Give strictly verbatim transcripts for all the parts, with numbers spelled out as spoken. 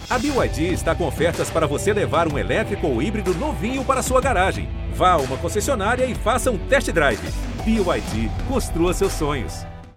A B Y D está com ofertas para você levar um elétrico ou híbrido novinho para sua garagem. Vá a uma concessionária e faça um test drive. B Y D, construa seus sonhos.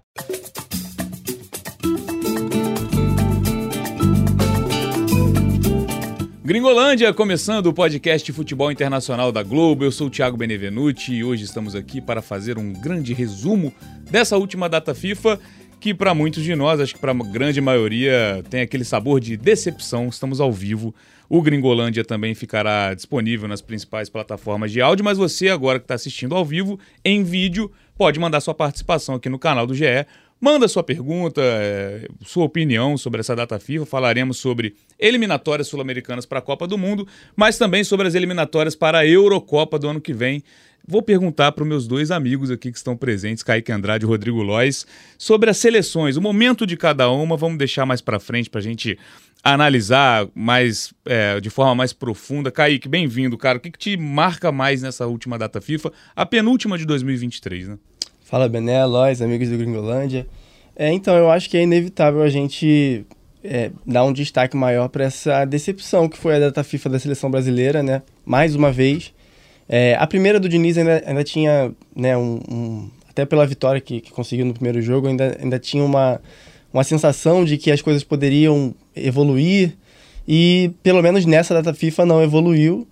Gringolândia, começando o podcast de futebol internacional da Globo. Eu sou o Thiago Benevenuti e hoje estamos aqui para fazer um grande resumo dessa última data FIFA, que para muitos de nós, acho que para a grande maioria, tem aquele sabor de decepção. Estamos ao vivo. O Gringolândia também ficará disponível nas principais plataformas de áudio, mas você agora que está assistindo ao vivo, em vídeo, pode mandar sua participação aqui no canal do G E. Manda sua pergunta, sua opinião sobre essa data FIFA. Falaremos sobre eliminatórias sul-americanas para a Copa do Mundo, mas também sobre as eliminatórias para a Eurocopa do ano que vem. Vou perguntar para os meus dois amigos aqui que estão presentes, Kaique Andrade e Rodrigo Lois, sobre as seleções, o momento de cada uma. Vamos deixar mais para frente para a gente analisar mais, é, de forma mais profunda. Kaique, bem-vindo, cara. O que, que te marca mais nessa última data FIFA, a penúltima de dois mil e vinte e três, né? Fala, Bené, Lois, amigos do Gringolândia. É, então, eu acho que é inevitável a gente é, dar um destaque maior para essa decepção que foi a data FIFA da seleção brasileira, né? Mais uma vez. É, a primeira do Diniz ainda, ainda tinha, né, um, um, até pela vitória que, que conseguiu no primeiro jogo, ainda, ainda tinha uma, uma sensação de que as coisas poderiam evoluir e, pelo menos nessa data FIFA, não evoluiu.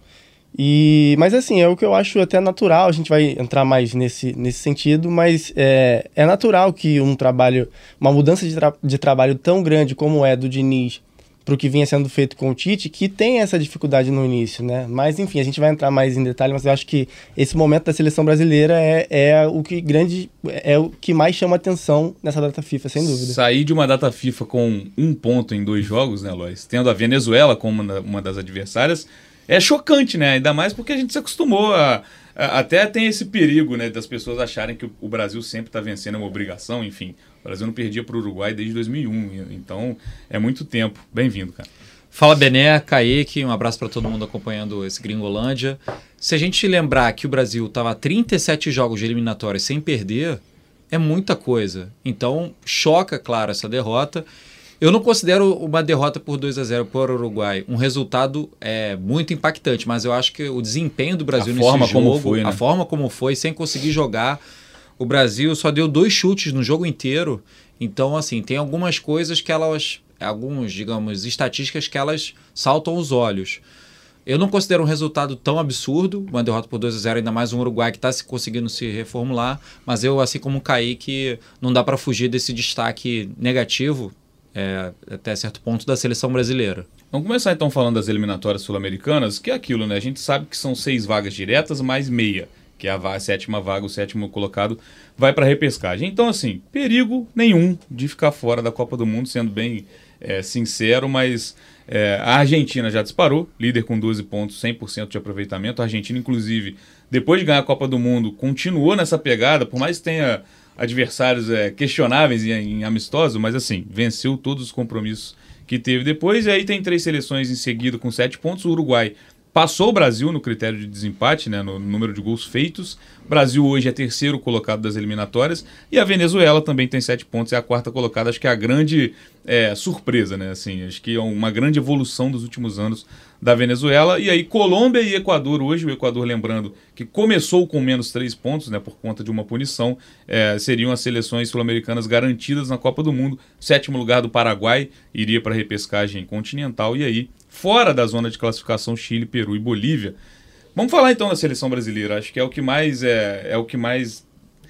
E, mas assim, é o que eu acho até natural, a gente vai entrar mais nesse, nesse sentido, mas é, é natural que um trabalho, uma mudança de, tra- de trabalho tão grande como é do Diniz para o que vinha sendo feito com o Tite, que tem essa dificuldade no início, né? Mas enfim, a gente vai entrar mais em detalhe, mas eu acho que esse momento da seleção brasileira é, é o que grande, é o que mais chama atenção nessa data FIFA, sem dúvida. Sair de uma data FIFA com um ponto em dois jogos, né, Lois? Tendo a Venezuela como uma, uma das adversárias, é chocante, né? Ainda mais porque a gente se acostumou a... a até tem esse perigo, né, das pessoas acharem que o Brasil sempre está vencendo, é uma obrigação, enfim. O Brasil não perdia para o Uruguai desde dois mil e um, então é muito tempo. Bem-vindo, cara. Fala, Bené, Kaique, um abraço para todo mundo acompanhando esse Gringolândia. Se a gente lembrar que o Brasil estava a trinta e sete jogos de eliminatórias sem perder, é muita coisa. Então, choca, claro, essa derrota. Eu não considero uma derrota por dois a zero para o Uruguai um resultado é, muito impactante, mas eu acho que o desempenho do Brasil a nesse forma jogo, como foi, né? a forma como foi, sem conseguir jogar, o Brasil só deu dois chutes no jogo inteiro. Então, assim, tem algumas coisas que elas, algumas, digamos, estatísticas que elas saltam os olhos. Eu não considero um resultado tão absurdo, uma derrota por dois a zero, ainda mais um Uruguai que está se conseguindo se reformular, mas eu, assim como o Kaique, não dá para fugir desse destaque negativo, É, até certo ponto, da seleção brasileira. Vamos começar então falando das eliminatórias sul-americanas, que é aquilo, né? A gente sabe que são seis vagas diretas mais meia, que é a, va- a sétima vaga, o sétimo colocado vai para a repescagem. Então, assim, perigo nenhum de ficar fora da Copa do Mundo, sendo bem é, sincero, mas é, a Argentina já disparou, líder com doze pontos, cem por cento de aproveitamento. A Argentina, inclusive, depois de ganhar a Copa do Mundo, continuou nessa pegada, por mais que tenha adversários é, questionáveis em, em amistoso, mas assim, venceu todos os compromissos que teve depois. E aí tem três seleções em seguida com sete pontos. O Uruguai passou o Brasil no critério de desempate, né, no número de gols feitos. O Brasil hoje é terceiro colocado das eliminatórias. E a Venezuela também tem sete pontos, é a quarta colocada. Acho que é a grande é, surpresa, né? Assim, acho que é uma grande evolução dos últimos anos da Venezuela. E aí Colômbia e Equador hoje, o Equador lembrando que começou com menos três pontos, né, por conta de uma punição, é, seriam as seleções sul-americanas garantidas na Copa do Mundo. Sétimo lugar do Paraguai iria para a repescagem continental. E aí, fora da zona de classificação, Chile, Peru e Bolívia. Vamos falar então da seleção brasileira. Acho que é o que mais, é, é o que mais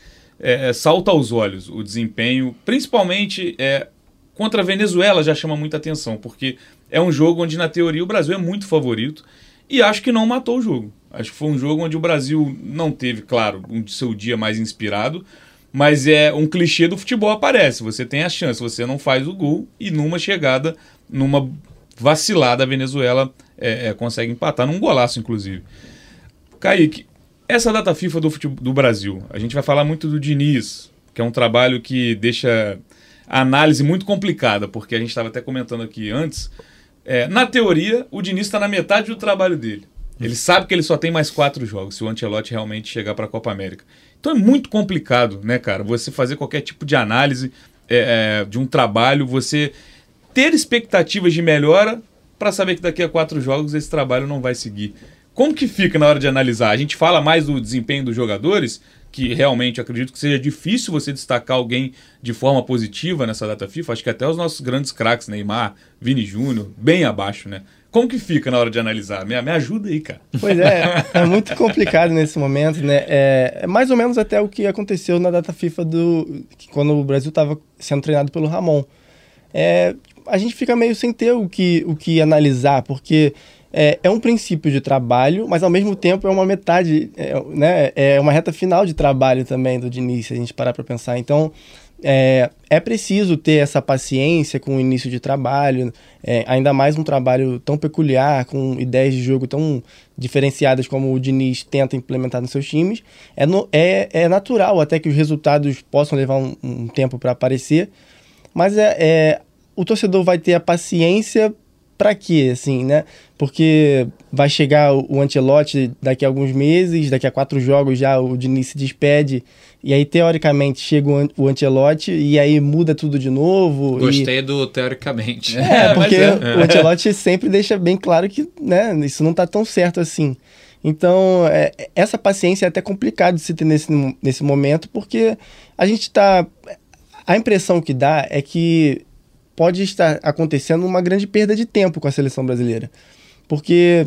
é, salta aos olhos, o desempenho, principalmente é, contra a Venezuela já chama muita atenção, porque é um jogo onde, na teoria, o Brasil é muito favorito e acho que não matou o jogo. Acho que foi um jogo onde o Brasil não teve, claro, um seu dia mais inspirado, mas é um clichê do futebol aparece. Você tem a chance, você não faz o gol e numa chegada, numa vacilada, a Venezuela é, é, consegue empatar, num golaço, inclusive. Kaique, essa data FIFA do, futebol, do Brasil, a gente vai falar muito do Diniz, que é um trabalho que deixa a análise muito complicada, porque a gente estava até comentando aqui antes, é, na teoria, o Diniz está na metade do trabalho dele. Ele sabe que ele só tem mais quatro jogos, se o Ancelotti realmente chegar para a Copa América. Então é muito complicado, né, cara, você fazer qualquer tipo de análise é, é, de um trabalho, você ter expectativas de melhora para saber que daqui a quatro jogos esse trabalho não vai seguir. Como que fica na hora de analisar? A gente fala mais do desempenho dos jogadores, que realmente acredito que seja difícil você destacar alguém de forma positiva nessa data FIFA. Acho que até os nossos grandes craques, Neymar, Vini Júnior, bem abaixo, né? Como que fica na hora de analisar? Me, me ajuda aí, cara. Pois é, é muito complicado nesse momento, né? É, é mais ou menos até o que aconteceu na data FIFA do quando o Brasil estava sendo treinado pelo Ramon. É, a gente fica meio sem ter o que, o que analisar, porque é, é um princípio de trabalho, mas ao mesmo tempo é uma metade, é, né? É uma reta final de trabalho também do Diniz, se a gente parar para pensar. Então, É, é preciso ter essa paciência com o início de trabalho, é, ainda mais um trabalho tão peculiar, com ideias de jogo tão diferenciadas como o Diniz tenta implementar nos seus times. É, no, é, é natural até que os resultados possam levar um, um tempo para aparecer, mas é, é, o torcedor vai ter a paciência para quê, assim, né? Porque vai chegar o Ancelotti daqui a alguns meses, daqui a quatro jogos já o Diniz se despede, e aí teoricamente chega o Ancelotti e aí muda tudo de novo. Gostei e... do teoricamente. É, porque é. o Ancelotti sempre deixa bem claro que, né, isso não tá tão certo assim. Então, é, essa paciência é até complicado de se ter nesse, nesse momento, porque a gente tá... A impressão que dá é que pode estar acontecendo uma grande perda de tempo com a seleção brasileira. Porque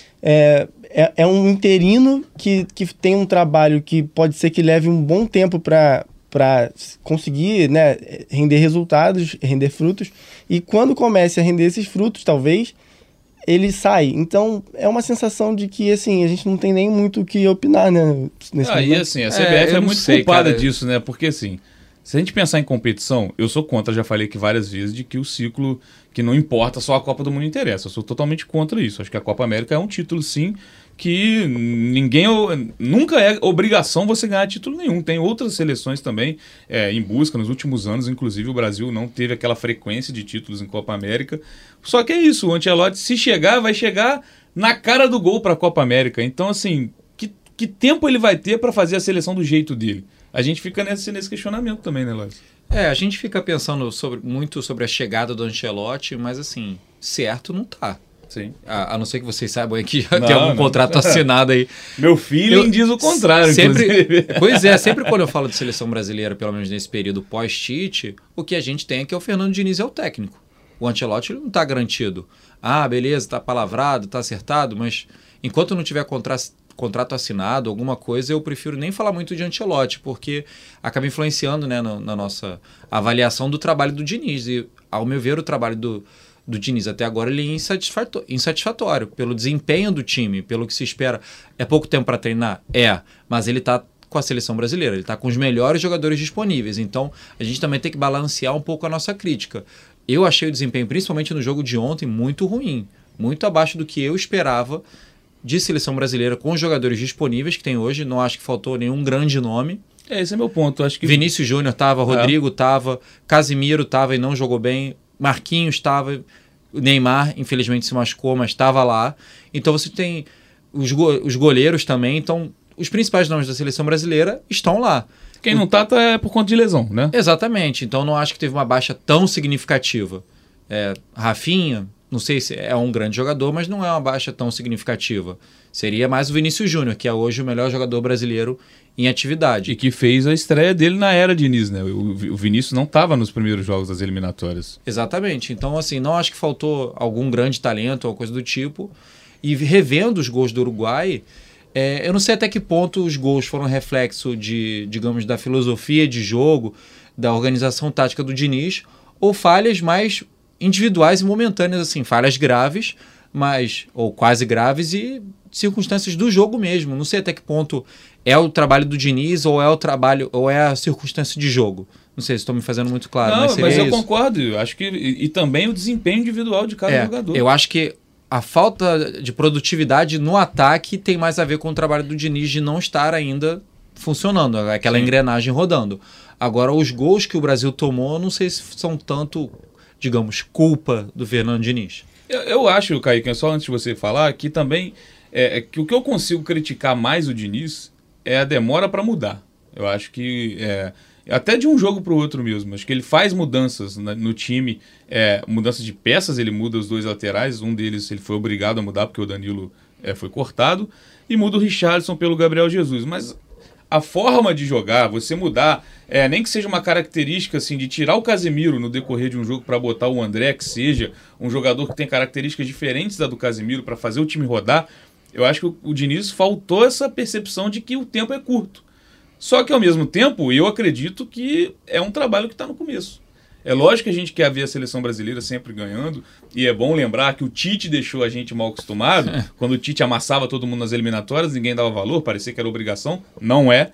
é, é, é um interino que, que tem um trabalho que pode ser que leve um bom tempo para para conseguir, né, render resultados, render frutos. E quando comece a render esses frutos, talvez, ele sai. Então, é uma sensação de que, assim, a gente não tem nem muito o que opinar, né? Nesse ah, e assim, a C B F é, é muito sei, culpada cara. disso, né? Porque, assim, se a gente pensar em competição, eu sou contra, já falei aqui várias vezes, de que o ciclo, que não importa, só a Copa do Mundo interessa. Eu sou totalmente contra isso. Acho que a Copa América é um título, sim, que ninguém... Nunca é obrigação você ganhar título nenhum. Tem outras seleções também é, em busca. Nos últimos anos, inclusive, o Brasil não teve aquela frequência de títulos em Copa América. Só que é isso, o Ancelotti, se chegar, vai chegar na cara do gol para a Copa América. Então, assim, que, que tempo ele vai ter para fazer a seleção do jeito dele? A gente fica nesse, nesse questionamento também, né, Lois? É, a gente fica pensando sobre, muito sobre a chegada do Ancelotti, mas assim, certo não tá. Sim. A, a não ser que vocês saibam aí que já Não, tem algum não. contrato assinado aí. Meu feeling Eu- diz o contrário, sempre, inclusive. Pois é, sempre quando eu falo de seleção brasileira, pelo menos nesse período pós-Tite, o que a gente tem é que o Fernando Diniz é o técnico. O Ancelotti ele não está garantido. Ah, beleza, está palavrado, está acertado, mas enquanto não tiver contra, contrato assinado, alguma coisa, eu prefiro nem falar muito de Ancelotti, porque acaba influenciando, né, no, na nossa avaliação do trabalho do Diniz. E, ao meu ver, o trabalho do, do Diniz até agora ele é insatisfatório, insatisfatório pelo desempenho do time, pelo que se espera. É pouco tempo para treinar? É, mas ele está com a seleção brasileira, ele está com os melhores jogadores disponíveis. Então, a gente também tem que balancear um pouco a nossa crítica. Eu achei o desempenho, principalmente no jogo de ontem, muito ruim. Muito abaixo do que eu esperava de seleção brasileira com os jogadores disponíveis que tem hoje. Não acho que faltou nenhum grande nome. É, esse é meu ponto. Acho que Vinícius Júnior estava, Rodrigo estava, Casimiro estava e não jogou bem, Marquinhos estava, o Neymar infelizmente se machucou, mas estava lá. Então você tem os, go- os goleiros também. Então os principais nomes da seleção brasileira estão lá. quem não tá, tá é por conta de lesão, né? Exatamente. Então não acho que teve uma baixa tão significativa. É, Rafinha, não sei se é um grande jogador, mas não é uma baixa tão significativa. Seria mais o Vinícius Júnior, que é hoje o melhor jogador brasileiro em atividade. E que fez a estreia dele na era Diniz, né? O, o Vinícius não estava nos primeiros jogos das eliminatórias. Exatamente. Então, assim, não acho que faltou algum grande talento ou coisa do tipo. E revendo os gols do Uruguai, é, eu não sei até que ponto os gols foram reflexo de, digamos, da filosofia de jogo, da organização tática do Diniz, ou falhas mais individuais e momentâneas, assim, falhas graves, mas, ou quase graves, e circunstâncias do jogo mesmo. Não sei até que ponto é o trabalho do Diniz ou é o trabalho, ou é a circunstância de jogo. Não sei se estou me fazendo muito claro, não, mas mas, seria eu isso. concordo. Eu acho que e, e também o desempenho individual de cada É, jogador. eu acho que a falta de produtividade no ataque tem mais a ver com o trabalho do Diniz de não estar ainda funcionando, aquela Sim. engrenagem rodando. Agora, os gols que o Brasil tomou, não sei se são tanto, digamos, culpa do Fernando Diniz. Eu, eu acho, Kaique, só antes de você falar, que também é, é que o que eu consigo criticar mais o Diniz é a demora para mudar. Eu acho que é, até de um jogo para o outro mesmo. Acho que ele faz mudanças na, no time, é, mudanças de peças, ele muda os dois laterais, um deles ele foi obrigado a mudar porque o Danilo é, foi cortado, e muda o Richarlison pelo Gabriel Jesus. Mas a forma de jogar, você mudar, é, nem que seja uma característica assim, de tirar o Casemiro no decorrer de um jogo para botar o André, que seja um jogador que tem características diferentes da do Casemiro para fazer o time rodar, eu acho que o, o Diniz faltou essa percepção de que o tempo é curto. Só que ao mesmo tempo, eu acredito que é um trabalho que está no começo. É lógico que a gente quer ver a seleção brasileira sempre ganhando, e é bom lembrar que o Tite deixou a gente mal acostumado. É. Quando o Tite amassava todo mundo nas eliminatórias, ninguém dava valor, parecia que era obrigação. Não é.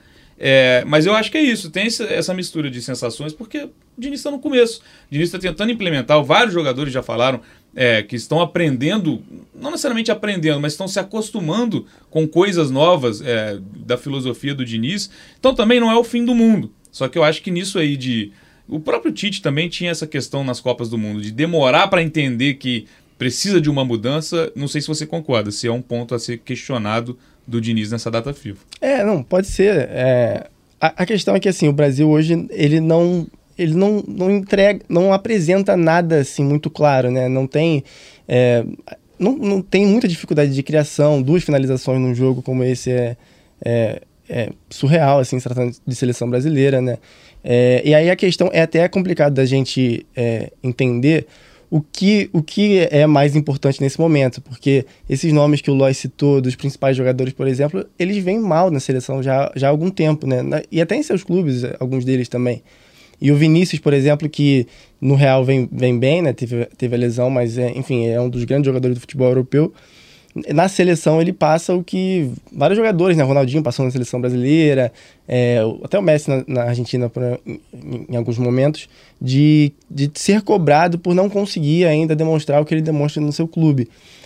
é mas eu acho que é isso, tem essa mistura de sensações, porque o Diniz está no começo. O Diniz está tentando implementar, vários jogadores já falaram é, que estão aprendendo, não necessariamente aprendendo, mas estão se acostumando com coisas novas é, da filosofia do Diniz. Então também não é o fim do mundo. Só que eu acho que nisso aí de... O próprio Tite também tinha essa questão nas Copas do Mundo, de demorar para entender que precisa de uma mudança. Não sei se você concorda, se é um ponto a ser questionado do Diniz nessa data FIFA. É, não, pode ser. É... A, a questão é que assim, o Brasil hoje, ele não, ele não, não entrega, não apresenta nada assim muito claro, né? Não tem, é... não, não tem muita dificuldade de criação, duas finalizações num jogo como esse é, é, é surreal, assim, se tratando de seleção brasileira, né? É, e aí a questão é até complicado da gente é, entender o que, o que é mais importante nesse momento, porque esses nomes que o Lois citou, dos principais jogadores, por exemplo, eles vêm mal na seleção já, já há algum tempo, né? E até em seus clubes, alguns deles também. E o Vinícius, por exemplo, que no Real vem, vem bem, né? Teve, teve a lesão, mas é, enfim, é um dos grandes jogadores do futebol europeu. Na seleção ele passa o que vários jogadores, né? Ronaldinho passou na seleção brasileira, é, até o Messi na, na Argentina por, em, em alguns momentos, de, de ser cobrado por não conseguir ainda demonstrar o que ele demonstra no seu clube.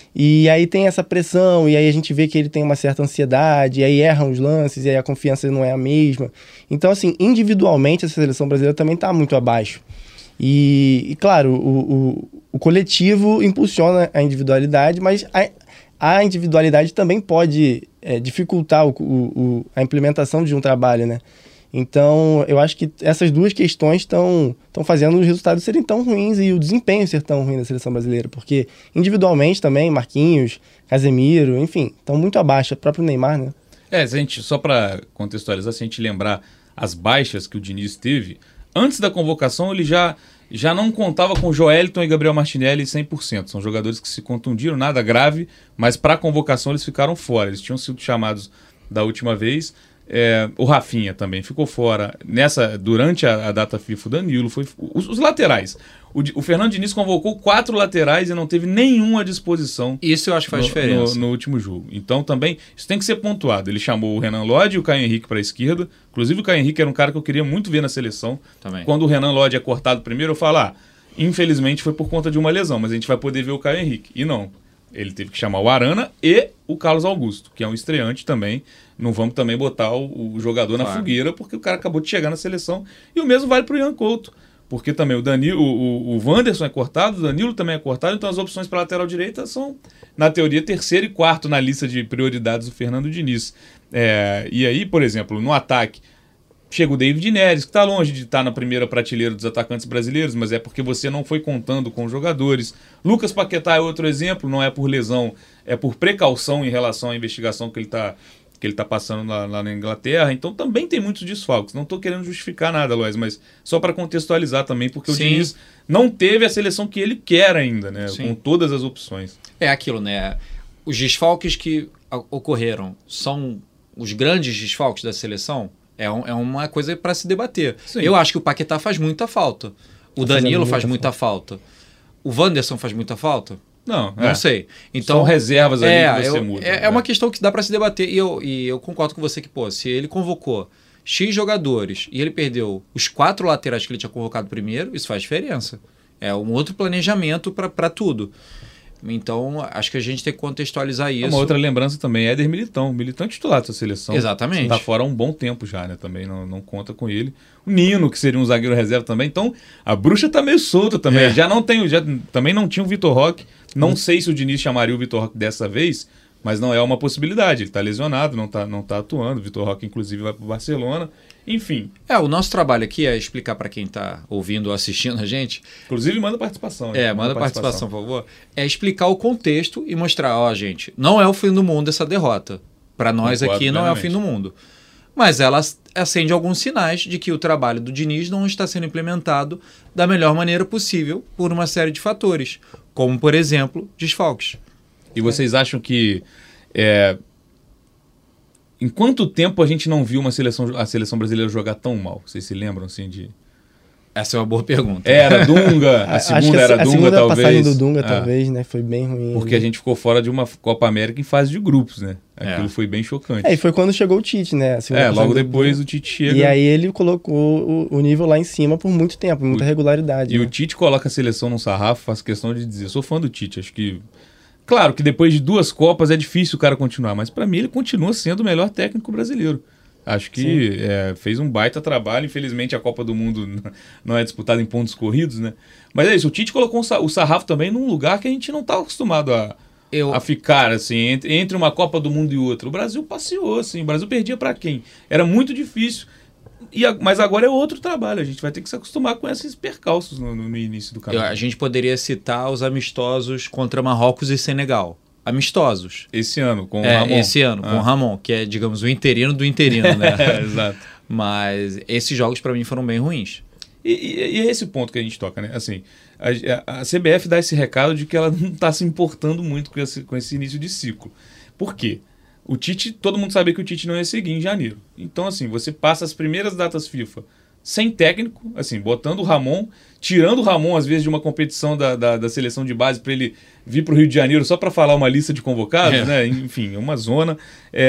E aí tem essa pressão, e aí a gente vê que ele tem uma certa ansiedade, e aí erram os lances, e aí a confiança não é a mesma. Então, assim, individualmente essa seleção brasileira também está muito abaixo. E, e claro, o, o, o coletivo impulsiona a individualidade, mas a, a individualidade também pode é, dificultar o, o, a implementação de um trabalho, né? Então, eu acho que essas duas questões estão fazendo os resultados serem tão ruins e o desempenho ser tão ruim da seleção brasileira, porque individualmente também, Marquinhos, Casemiro, enfim, estão muito abaixo, o próprio Neymar, né? É, gente, só para contextualizar, se a gente lembrar as baixas que o Diniz teve, antes da convocação ele já... já não contava com Joelton e Gabriel Martinelli cem por cento. São jogadores que se contundiram, nada grave, mas para a convocação eles ficaram fora. Eles tinham sido chamados da última vez. É, o Rafinha também ficou fora. Nessa, durante a, a data FIFA, o Danilo foi... Os, os laterais. O, o Fernando Diniz convocou quatro laterais e não teve nenhum à disposição. Isso eu acho que faz no, diferença. No, no último jogo. Então também, isso tem que ser pontuado. Ele chamou o Renan Lodge e o Caio Henrique para a esquerda. Inclusive o Caio Henrique era um cara que eu queria muito ver na seleção. Também. Quando o Renan Lodge é cortado primeiro, eu falo, ah, infelizmente foi por conta de uma lesão, mas a gente vai poder ver o Caio Henrique. E não. Ele teve que chamar o Arana e o Carlos Augusto, que é um estreante também. Não vamos também botar o, o jogador claro. na fogueira, porque o cara acabou de chegar na seleção. E o mesmo vale para o Ian Couto, porque também o Danilo, o, o Wanderson é cortado, o Danilo também é cortado, então as opções para a lateral direita são, na teoria, terceiro e quarto na lista de prioridades do Fernando Diniz. É, e aí, por exemplo, no ataque, chega o David Neres, que está longe de estar na primeira prateleira dos atacantes brasileiros, mas é porque você não foi contando com os jogadores. Lucas Paquetá é outro exemplo, não é por lesão, é por precaução em relação à investigação que ele está que ele está passando lá, lá na Inglaterra. Então também tem muitos desfalques. Não estou querendo justificar nada, Lois, mas só para contextualizar também, porque Sim. o Diniz não teve a seleção que ele quer ainda, né? Sim. Com todas as opções. É aquilo, né? Os desfalques que ocorreram são os grandes desfalques da seleção? É, um, é uma coisa para se debater. Sim. Eu acho que o Paquetá faz muita falta. O tá Danilo faz muita falta. falta. O Wanderson faz muita falta? Não, não é. sei. Então, são reservas ali é, que você eu, muda. É, né? é uma questão que dá para se debater. E eu, e eu concordo com você que, pô, se ele convocou X jogadores e ele perdeu os quatro laterais que ele tinha convocado primeiro, isso faz diferença. É um outro planejamento para tudo. Então, acho que a gente tem que contextualizar isso. Uma outra lembrança também é Éder Militão. Militão titular da seleção. Exatamente. Está fora há um bom tempo já, né? Também não, não conta com ele. O Nino, que seria um zagueiro reserva também. Então, a bruxa tá meio solta também. É. Já não tem, já, também não tinha o Vitor Roque. Não hum. sei se o Diniz chamaria o Vitor Roque dessa vez, mas não é uma possibilidade. Ele está lesionado, não está não tá atuando. O Vitor Roque, inclusive, vai para o Barcelona. Enfim. É, o nosso trabalho aqui é explicar para quem está ouvindo ou assistindo a gente. Inclusive, manda participação. É, manda, manda participação, participação, por favor. É explicar o contexto e mostrar, ó, gente, não é o fim do mundo essa derrota. Para nós Concordo aqui, não plenamente. É o fim do mundo. Mas ela acende alguns sinais de que o trabalho do Diniz não está sendo implementado da melhor maneira possível por uma série de fatores, como, por exemplo, desfalques. E vocês acham que... É, em quanto tempo a gente não viu uma seleção, a seleção brasileira jogar tão mal? Vocês se lembram, assim, de... Essa é uma boa pergunta. Era Dunga, a segunda Acho que a, era a Dunga, segunda talvez. A passagem do Dunga, ah. talvez, né? Foi bem ruim. Porque a gente ficou fora de uma Copa América em fase de grupos, né? Aquilo é. foi bem chocante. É, e foi quando chegou o Tite, né? É, logo depois o Tite chega... E aí ele colocou o, o nível lá em cima por muito tempo, muita o, regularidade. E né? o Tite coloca a seleção no sarrafo, faz questão de dizer, eu sou fã do Tite, acho que... Claro que depois de duas Copas é difícil o cara continuar, mas para mim ele continua sendo o melhor técnico brasileiro. Acho que é, fez um baita trabalho. Infelizmente a Copa do Mundo não é disputada em pontos corridos, né? Mas é isso, o Tite colocou o sarrafo também num lugar que a gente não está acostumado a, Eu... a ficar, assim, entre, entre uma Copa do Mundo e outra. O Brasil passeou, assim, o Brasil perdia para quem? Era muito difícil. E a, mas agora é outro trabalho, a gente vai ter que se acostumar com esses percalços no, no, no início do campeonato. A gente poderia citar os amistosos contra Marrocos e Senegal. Amistosos. Esse ano, com é, o Ramon. Esse ano, ah. com o Ramon, que é, digamos, o interino do interino, né? É, exato. Mas esses jogos, para mim, foram bem ruins. E, e, e é esse ponto que a gente toca, né? Assim, a, a C B F dá esse recado de que ela não está se importando muito com esse, com esse início de ciclo. Por quê? O Tite, todo mundo sabia que o Tite não ia seguir em janeiro. Então, assim, você passa as primeiras datas FIFA sem técnico, assim, botando o Ramon, tirando o Ramon, às vezes, de uma competição da, da, da seleção de base para ele vir para o Rio de Janeiro só para falar uma lista de convocados, é. né? Enfim, uma zona.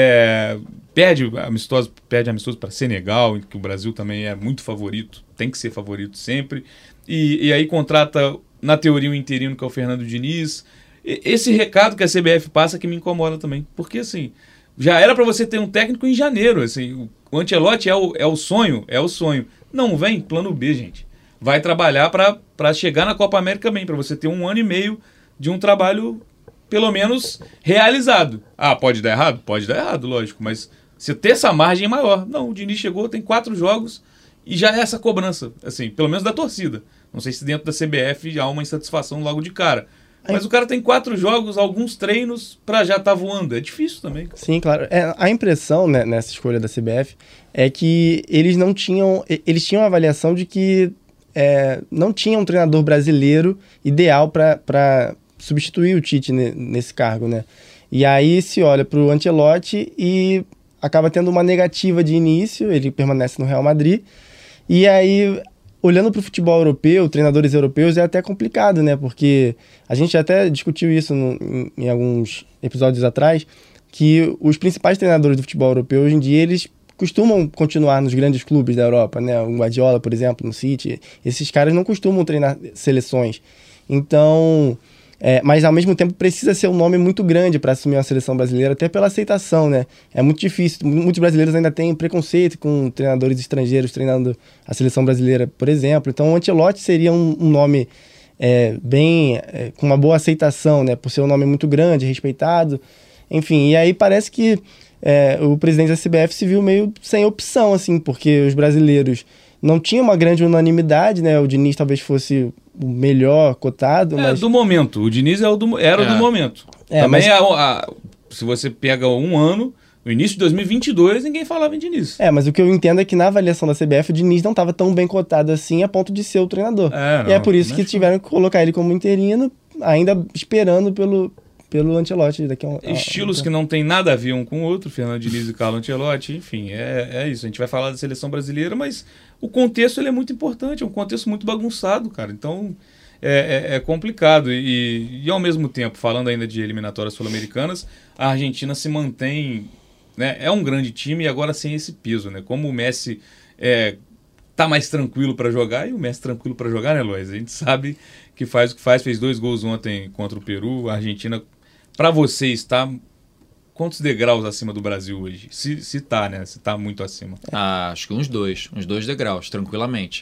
É, perde amistoso, perde amistoso para Senegal, que o Brasil também é muito favorito, tem que ser favorito sempre. E, e aí contrata, na teoria, o interino, que é o Fernando Diniz. E, esse recado que a C B F passa que me incomoda também, porque, assim, já era para você ter um técnico em janeiro, assim, o Ancelotti é o, é o sonho, é o sonho. Não vem, plano B, gente. Vai trabalhar para chegar na Copa América bem, para você ter um ano e meio de um trabalho, pelo menos, realizado. Ah, pode dar errado? Pode dar errado, lógico, mas você ter essa margem é maior. Não, o Diniz chegou, tem quatro jogos e já é essa cobrança, assim, pelo menos da torcida. Não sei se dentro da C B F há uma insatisfação logo de cara. Mas o cara tem quatro jogos, alguns treinos para já estar tá voando. É difícil também. Sim, claro. É, a impressão, né, nessa escolha da C B F é que eles não tinham... Eles tinham a avaliação de que é, não tinha um treinador brasileiro ideal para substituir o Tite ne, nesse cargo, né? E aí se olha para o Ancelotti e acaba tendo uma negativa de início. Ele permanece no Real Madrid. E aí... Olhando para o futebol europeu, treinadores europeus, é até complicado, né? Porque a gente até discutiu isso no, em, em alguns episódios atrás, que os principais treinadores do futebol europeu, hoje em dia, eles costumam continuar nos grandes clubes da Europa, né? O Guardiola, por exemplo, no City. Esses caras não costumam treinar seleções. Então... É, mas, ao mesmo tempo, precisa ser um nome muito grande para assumir uma seleção brasileira, até pela aceitação, né? É muito difícil. Muitos brasileiros ainda têm preconceito com treinadores estrangeiros treinando a seleção brasileira, por exemplo. Então, o Ancelotti seria um, um nome é, bem... É, com uma boa aceitação, né? Por ser um nome muito grande, respeitado. Enfim, e aí parece que é, o presidente da C B F se viu meio sem opção, assim, porque os brasileiros não tinham uma grande unanimidade, né? O Diniz talvez fosse... o melhor cotado, é, mas... do momento. O Diniz é o do, era é. o do momento. É, Também, mas... a, a, se você pega um ano, no início de dois mil e vinte e dois, ninguém falava em Diniz. É, mas o que eu entendo é que na avaliação da C B F, o Diniz não estava tão bem cotado assim a ponto de ser o treinador. É, não, e é por isso que tiveram que colocar ele como interino, ainda esperando pelo, pelo Ancelotti. Daqui a um, Estilos a um... que não tem nada a ver um com o outro, Fernando Diniz e Carlo Ancelotti, enfim, é, é isso. A gente vai falar da seleção brasileira, mas o contexto ele é muito importante, é um contexto muito bagunçado, cara. Então... É, é, é complicado e, e, ao mesmo tempo, falando ainda de eliminatórias sul-americanas, a Argentina se mantém, né, é um grande time e agora sem esse peso, né? Como o Messi é, tá mais tranquilo para jogar, e o Messi tranquilo para jogar, né, Lois? A gente sabe que faz o que faz, fez dois gols ontem contra o Peru. A Argentina, para você, está quantos degraus acima do Brasil hoje? Se, se tá, né? Se tá muito acima. Ah, acho que uns dois, uns dois degraus, tranquilamente.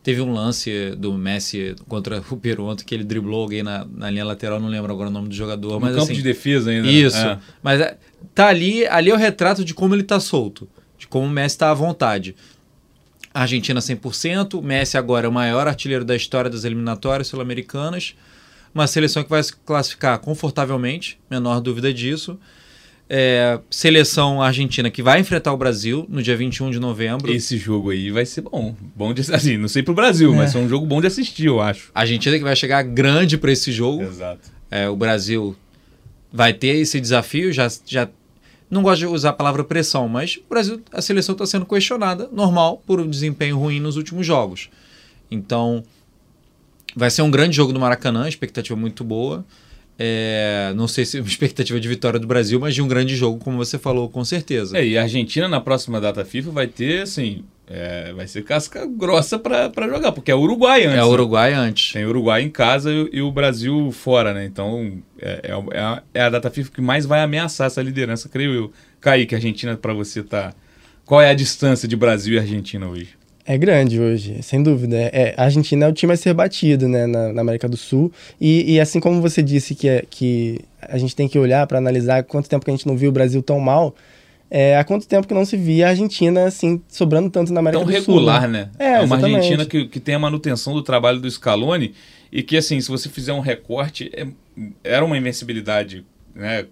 Teve um lance do Messi contra o Peru ontem, que ele driblou alguém na, na linha lateral, não lembro agora o nome do jogador. No mas, campo assim, de defesa ainda. Isso. É. Mas é, tá ali, ali é o retrato de como ele tá solto, de como o Messi tá à vontade. A Argentina cem por cento, Messi agora é o maior artilheiro da história das eliminatórias sul-americanas, uma seleção que vai se classificar confortavelmente, menor dúvida disso. É, seleção argentina que vai enfrentar o Brasil no dia vinte e um de novembro. Esse jogo aí vai ser bom. Bom de, assim, não sei pro Brasil, é. mas é um jogo bom de assistir, eu acho. A Argentina que vai chegar grande para esse jogo. Exato. É, o Brasil vai ter esse desafio, já, já não gosto de usar a palavra pressão, mas o Brasil, a seleção está sendo questionada, normal, por um desempenho ruim nos últimos jogos. Então, vai ser um grande jogo do Maracanã, expectativa muito boa. É, não sei se é uma expectativa de vitória do Brasil, mas de um grande jogo, como você falou, com certeza. É, e a Argentina na próxima data FIFA vai ter, assim, é, vai ser casca grossa para jogar, porque é o Uruguai antes. É o Uruguai né? antes. Tem o Uruguai em casa e, e o Brasil fora, né? Então é, é, a, é a data FIFA que mais vai ameaçar essa liderança, creio eu. Kaique, a Argentina para você tá... Qual é a distância de Brasil e Argentina hoje? É grande hoje, sem dúvida. É, a Argentina é o time a ser batido, né, na, na América do Sul. E, e assim como você disse que, é, que a gente tem que olhar para analisar quanto tempo que a gente não viu o Brasil tão mal, é, há quanto tempo que não se via a Argentina assim, sobrando tanto na América tão do regular, Sul. Né? É, é uma exatamente. Argentina que, que tem a manutenção do trabalho do Scaloni e que, assim, se você fizer um recorte, é, era uma invencibilidade, né,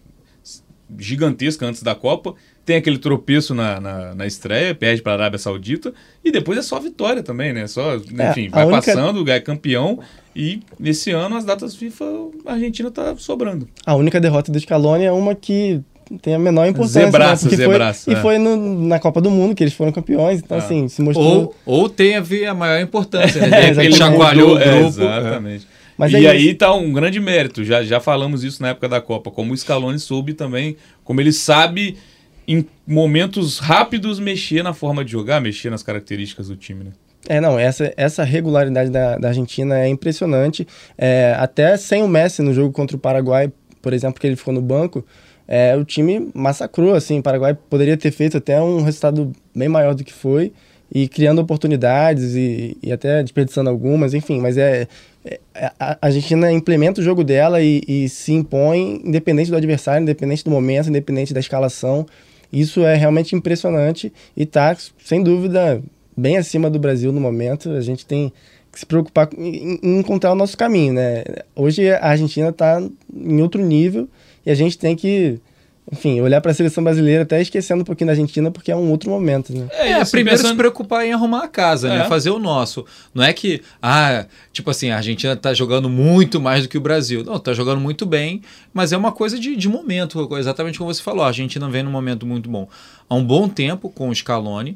gigantesca antes da Copa. Tem aquele tropeço na, na, na estreia, perde para a Arábia Saudita, e depois é só vitória também, né? Só, enfim, é, vai única... passando, é campeão, e nesse ano as datas FIFA, a Argentina tá sobrando. A única derrota do Scaloni é uma que tem a menor importância. Zebraça, né? zebraça. Foi, é. E foi no, na Copa do Mundo que eles foram campeões, então ah. assim, se mostrou... Ou, ou teve a maior importância, né? é, Ele chacoalhou o grupo. É, exatamente. É. Mas e é aí está um grande mérito, já, já falamos isso na época da Copa, como o Scaloni soube também, como ele sabe... em momentos rápidos mexer na forma de jogar, mexer nas características do time, né? É, não, essa, essa regularidade da, da Argentina é impressionante. É, até sem o Messi no jogo contra o Paraguai, por exemplo, que ele ficou no banco, é, o time massacrou, assim, o Paraguai poderia ter feito até um resultado bem maior do que foi, e criando oportunidades e, e até desperdiçando algumas, enfim, mas é, é a Argentina implementa o jogo dela e, e se impõe independente do adversário, independente do momento, independente da escalação. Isso é realmente impressionante e está, sem dúvida, bem acima do Brasil no momento. A gente tem que se preocupar em, em encontrar o nosso caminho, né? Hoje a Argentina está em outro nível e a gente tem que, enfim, olhar para a seleção brasileira, até esquecendo um pouquinho da Argentina, porque é um outro momento, né? É, é primeiro pensando... se preocupar em arrumar a casa, é. né? Fazer o nosso. Não é que, ah, tipo assim, a Argentina tá jogando muito mais do que o Brasil. Não, tá jogando muito bem, mas é uma coisa de, de momento, exatamente como você falou. A Argentina vem num momento muito bom. Há um bom tempo com o Scaloni,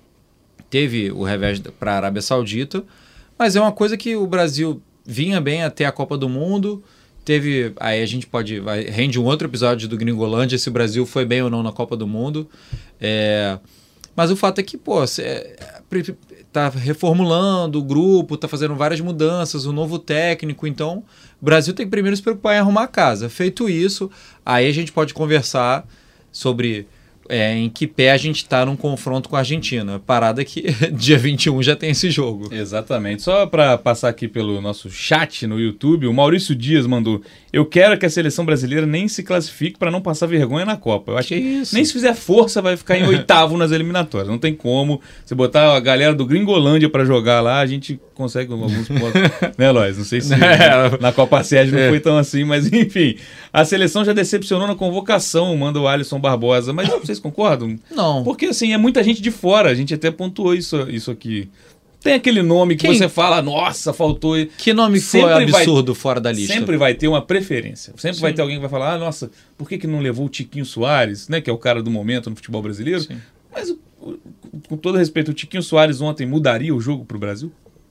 teve o revés para a Arábia Saudita, mas é uma coisa que o Brasil vinha bem até a Copa do Mundo. Teve, aí a gente pode, vai, rende um outro episódio do Gringolândia, se o Brasil foi bem ou não na Copa do Mundo. É, mas o fato é que, pô, cê, tá reformulando o grupo, tá fazendo várias mudanças, um novo técnico, então o Brasil tem que primeiro se preocupar em arrumar a casa. Feito isso, aí a gente pode conversar sobre... É, em que pé a gente está num confronto com a Argentina. Parada que dia vinte e um já tem esse jogo. Exatamente. Só para passar aqui pelo nosso chat no YouTube, o Maurício Dias mandou: eu quero que a seleção brasileira nem se classifique para não passar vergonha na Copa. Eu acho que, que isso? Nem se fizer força vai ficar em oitavo nas eliminatórias. Não tem como. Se botar a galera do Gringolândia para jogar lá, a gente consegue alguns pontos. Né, Lois? Não sei se é. na Copa Sérgio não é. foi tão assim, mas enfim. A seleção já decepcionou na convocação, manda o Alisson Barbosa. Mas vocês concordam? Não. Porque assim, é muita gente de fora. A gente até pontuou isso, isso aqui. Tem aquele nome que Quem? você fala, nossa, faltou... Que nome foi absurdo vai, fora da lista? Sempre vai ter uma preferência. Sempre Sim. vai ter alguém que vai falar, ah, nossa, por que, que não levou o Tiquinho Soares, né, que é o cara do momento no futebol brasileiro? Sim. Mas, com todo respeito, o Tiquinho Soares ontem mudaria o jogo pro Brasil?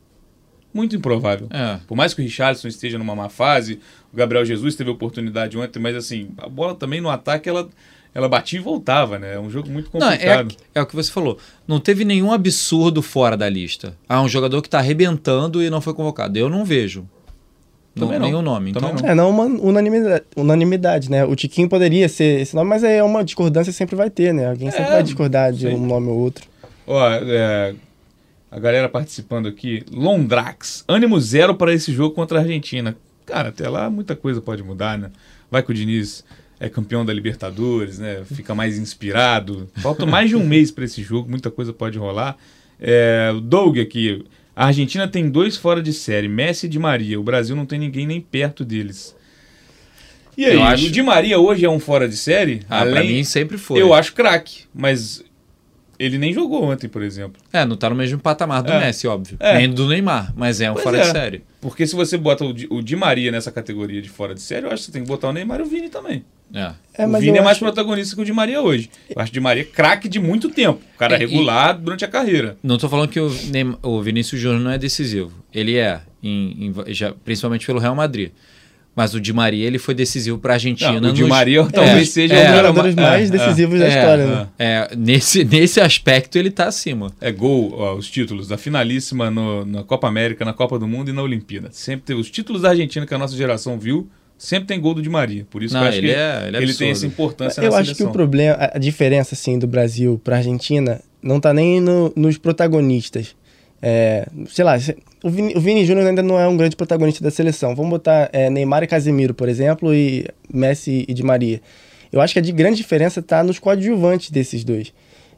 Muito improvável. É. Por mais que o Richarlison esteja numa má fase, o Gabriel Jesus teve oportunidade ontem, mas assim, a bola também no ataque, ela... Ela batia e voltava, né? É um jogo muito complicado. Não, é, é o que você falou. Não teve nenhum absurdo fora da lista. Ah, um jogador que está arrebentando e não foi convocado. Eu não vejo. Não, não. Nenhum nome. Então... Não. É, não uma unanimidade, unanimidade, né? O Tiquinho poderia ser esse nome, mas aí é uma discordância sempre vai ter, né? Alguém sempre é, vai discordar de sim. um nome ou outro. Ó, é, A galera participando aqui. Londrax. Ânimo zero para esse jogo contra a Argentina. Cara, até lá muita coisa pode mudar, né? Vai que o Diniz é campeão da Libertadores, né? Fica mais inspirado. Falta mais de um mês para esse jogo, muita coisa pode rolar. É, o Doug aqui. A Argentina tem dois fora de série, Messi e Di Maria. O Brasil não tem ninguém nem perto deles. E aí, eu acho... o Di Maria hoje é um fora de série? Ah, Além... pra mim sempre foi. Eu acho craque, mas ele nem jogou ontem, por exemplo. É, não tá no mesmo patamar do é. Messi, óbvio. É. Nem do Neymar, mas é um pois fora é. de série. Porque se você bota o Di, o Di Maria nessa categoria de fora de série, eu acho que você tem que botar o Neymar e o Vini também. É. É, o mas Vini é mais acho... protagonista que o Di Maria hoje. Eu acho o Di Maria craque de muito tempo. Cara É, regular e... durante a carreira. Não tô falando que o, Neymar, o Vinícius Júnior não é decisivo. Ele é, em, em, já, principalmente pelo Real Madrid. Mas o Di Maria ele foi decisivo para a Argentina. Não, o Di nos... Maria é, talvez seja é, um um dos jogadores mais é, decisivos é, da é, história. é, né? é, nesse, nesse aspecto ele tá acima. É gol, ó, os títulos da finalíssima no, na Copa América, na Copa do Mundo e na Olimpíada. Sempre teve os títulos da Argentina que a nossa geração viu, sempre tem gol do Di Maria. Por isso Não, que eu acho ele que é- ele é ele tem absurdo. essa importância Eu na acho seleção. que o problema, a a diferença assim, do Brasil para a Argentina não tá nem no- nos protagonistas. É, sei lá, se- o Vini, o Vini Júnior ainda não é um grande protagonista da seleção. Vamos botar é, Neymar e Casemiro, por exemplo, e Messi e Di Maria. Eu acho que a de grande diferença está nos coadjuvantes desses dois.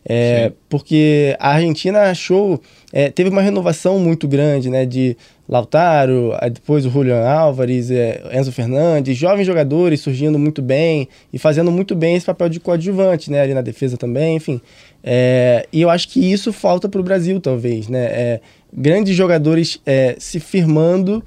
É, porque a Argentina achou, é, teve uma renovação muito grande, né, de Lautaro, aí depois o Julián Álvares, é, Enzo Fernandes, jovens jogadores surgindo muito bem e fazendo muito bem esse papel de coadjuvante, né, ali na defesa também, enfim. É, e eu acho que isso falta para o Brasil, talvez, né, é, grandes jogadores é, se firmando,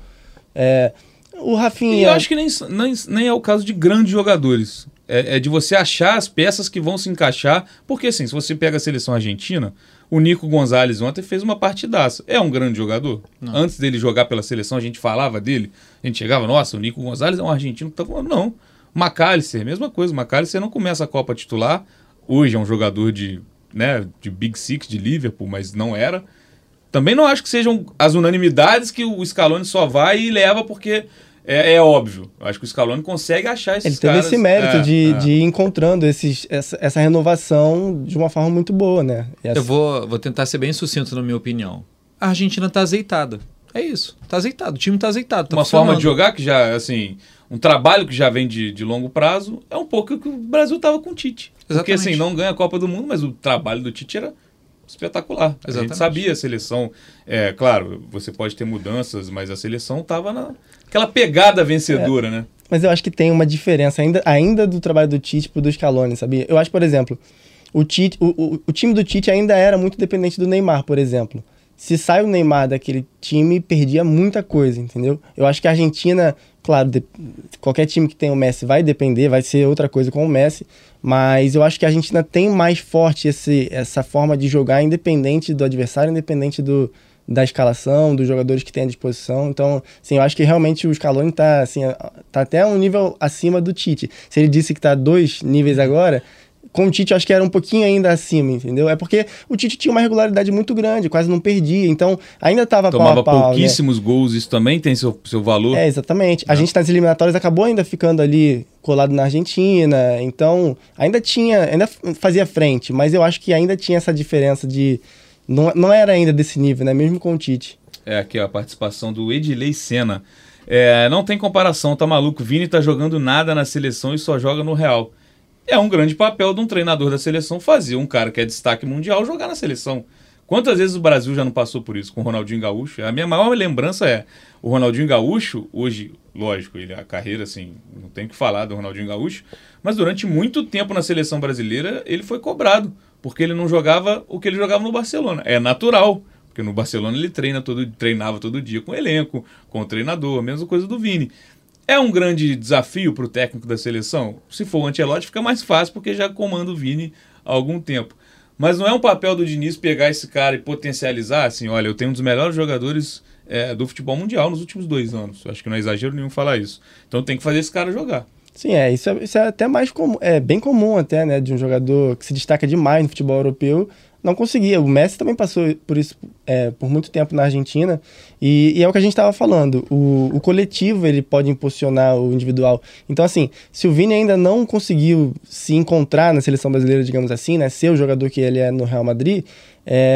é, o Rafinha... E eu acho que nem, nem, nem é o caso de grandes jogadores. É, é de você achar as peças que vão se encaixar. Porque, assim, se você pega a seleção argentina, o Nico Gonzalez ontem fez uma partidaça. É um grande jogador. Não. Antes dele jogar pela seleção, a gente falava dele. A gente chegava, nossa, o Nico Gonzalez é um argentino que tá falando. Não. McAllister, mesma coisa. McAllister não começa a Copa titular. Hoje é um jogador de, né, de Big Six, de Liverpool, mas não era. Também não acho que sejam as unanimidades que o Scaloni só vai e leva porque... É, é óbvio. Eu acho que o Scaloni consegue achar esses Ele teve caras. esse mérito é, de, é. de ir encontrando esses, essa, essa renovação de uma forma muito boa, né? E essa- Eu vou, vou tentar ser bem sucinto na minha opinião. A Argentina tá azeitada. É isso. Tá azeitado. O time tá azeitado. Tá Uma forma de funcionando. jogar que já, assim, um trabalho que já vem de, de longo prazo, é um pouco o que o Brasil tava com o Tite. Porque, Exatamente. assim, não ganha a Copa do Mundo, mas o trabalho do Tite era espetacular. A Exatamente. gente sabia a seleção. É, claro, você pode ter mudanças, mas a seleção tava naquela pegada vencedora, né? Mas eu acho que tem uma diferença ainda, ainda do trabalho do Tite pro do Scaloni, sabia? Eu acho, por exemplo, o, Tite, o, o, o time do Tite ainda era muito dependente do Neymar, por exemplo. Se sai o Neymar daquele time, perdia muita coisa, entendeu? Eu acho que a Argentina, claro, de, qualquer time que tem o Messi vai depender, vai ser outra coisa com o Messi, mas eu acho que a Argentina tem mais forte esse, essa forma de jogar independente do adversário, independente do, da escalação, dos jogadores que tem à disposição. Então, assim, eu acho que realmente o Scaloni tá, assim, tá até um nível acima do Tite. Se ele disse que tá dois níveis agora... Com o Tite, eu acho que era um pouquinho ainda acima, entendeu? É porque o Tite tinha uma regularidade muito grande, quase não perdia, então ainda estava pau Tomava a pau, pouquíssimos gols, isso também tem seu, seu valor. né? É, exatamente. A Não. gente nas eliminatórias acabou ainda ficando ali colado na Argentina, então ainda tinha, ainda fazia frente, mas eu acho que ainda tinha essa diferença de... Não, não era ainda desse nível, né? Mesmo com o Tite. É aqui ó, a participação do Edilei Senna. É, não tem comparação, tá maluco? Vini tá jogando nada na seleção e só joga no Real. É um grande papel de um treinador da seleção fazer um cara que é destaque mundial jogar na seleção. Quantas vezes o Brasil já não passou por isso com o Ronaldinho Gaúcho? A minha maior lembrança é o Ronaldinho Gaúcho, hoje, lógico, ele a carreira, assim, não tem o que falar do Ronaldinho Gaúcho, mas durante muito tempo na seleção brasileira ele foi cobrado, porque ele não jogava o que ele jogava no Barcelona. É natural, porque no Barcelona ele treina todo, treinava todo dia com o elenco, com o treinador, a mesma coisa do Vini. É um grande desafio para o técnico da seleção? Se for o Ancelotti, fica mais fácil, porque já comanda o Vini há algum tempo. Mas não é um papel do Diniz pegar esse cara e potencializar, assim, olha, eu tenho um dos melhores jogadores é, do futebol mundial nos últimos dois anos. Eu acho que não é exagero nenhum falar isso. Então tem que fazer esse cara jogar. Sim, é, isso é, isso é até mais comum, é bem comum até, né, de um jogador que se destaca demais no futebol europeu, não conseguia. O Messi também passou por isso é, por muito tempo na Argentina, e, e é o que a gente estava falando, o, o coletivo ele pode impulsionar o individual. Então, assim, se o Vini ainda não conseguiu se encontrar na seleção brasileira, digamos assim, né, ser o jogador que ele é no Real Madrid, é,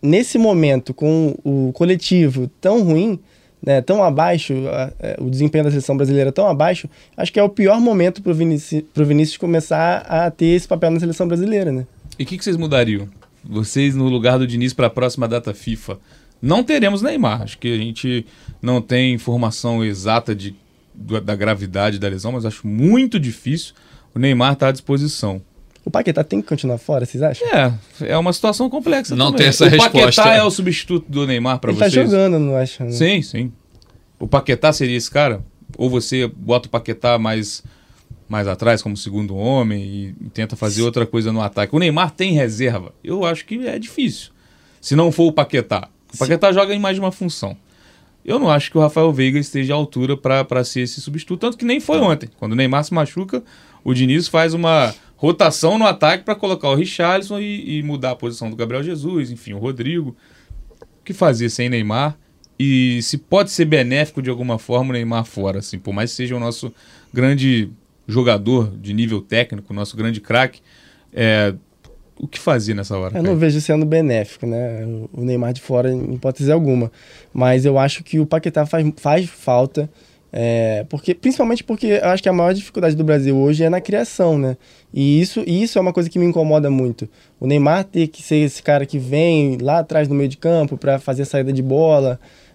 nesse momento, com o coletivo tão ruim, né, tão abaixo, a, a, o desempenho da seleção brasileira tão abaixo, acho que é o pior momento para o Vinícius, pro Vinícius começar a ter esse papel na seleção brasileira, né? E o que, que vocês mudariam? Vocês, no lugar do Diniz para a próxima data FIFA, não teremos Neymar. Acho que a gente não tem informação exata de, da gravidade da lesão, mas acho muito difícil. O Neymar está à disposição. O Paquetá tem que continuar fora, vocês acham? É, é uma situação complexa. Não também. tem essa o resposta. O Paquetá é o substituto do Neymar para vocês? Ele tá jogando, não acho. Né? Sim, sim. O Paquetá seria esse cara? Ou você bota o Paquetá mais, mais atrás como segundo homem e, e tenta fazer outra coisa no ataque? O Neymar tem reserva? Eu acho que é difícil. Se não for o Paquetá. O Paquetá sim. joga em mais de uma função. Eu não acho que o Rafael Veiga esteja à altura para ser esse substituto, tanto que nem foi ontem. Quando o Neymar se machuca, o Diniz faz uma rotação no ataque para colocar o Richarlison e, e mudar a posição do Gabriel Jesus, enfim, o Rodrigo. O que fazer sem Neymar? E se pode ser benéfico de alguma forma o Neymar fora, assim, por mais que seja o nosso grande jogador de nível técnico, nosso grande craque, é, o que fazer nessa hora? Eu não vejo sendo benéfico, né? O Neymar de fora, em hipótese alguma. Mas eu acho que o Paquetá faz, faz falta, é, porque, principalmente porque eu acho que a maior dificuldade do Brasil hoje é na criação, né? E isso, e isso é uma coisa que me incomoda muito. O Neymar ter que ser esse cara que vem lá atrás no meio de campo para fazer a saída de bola.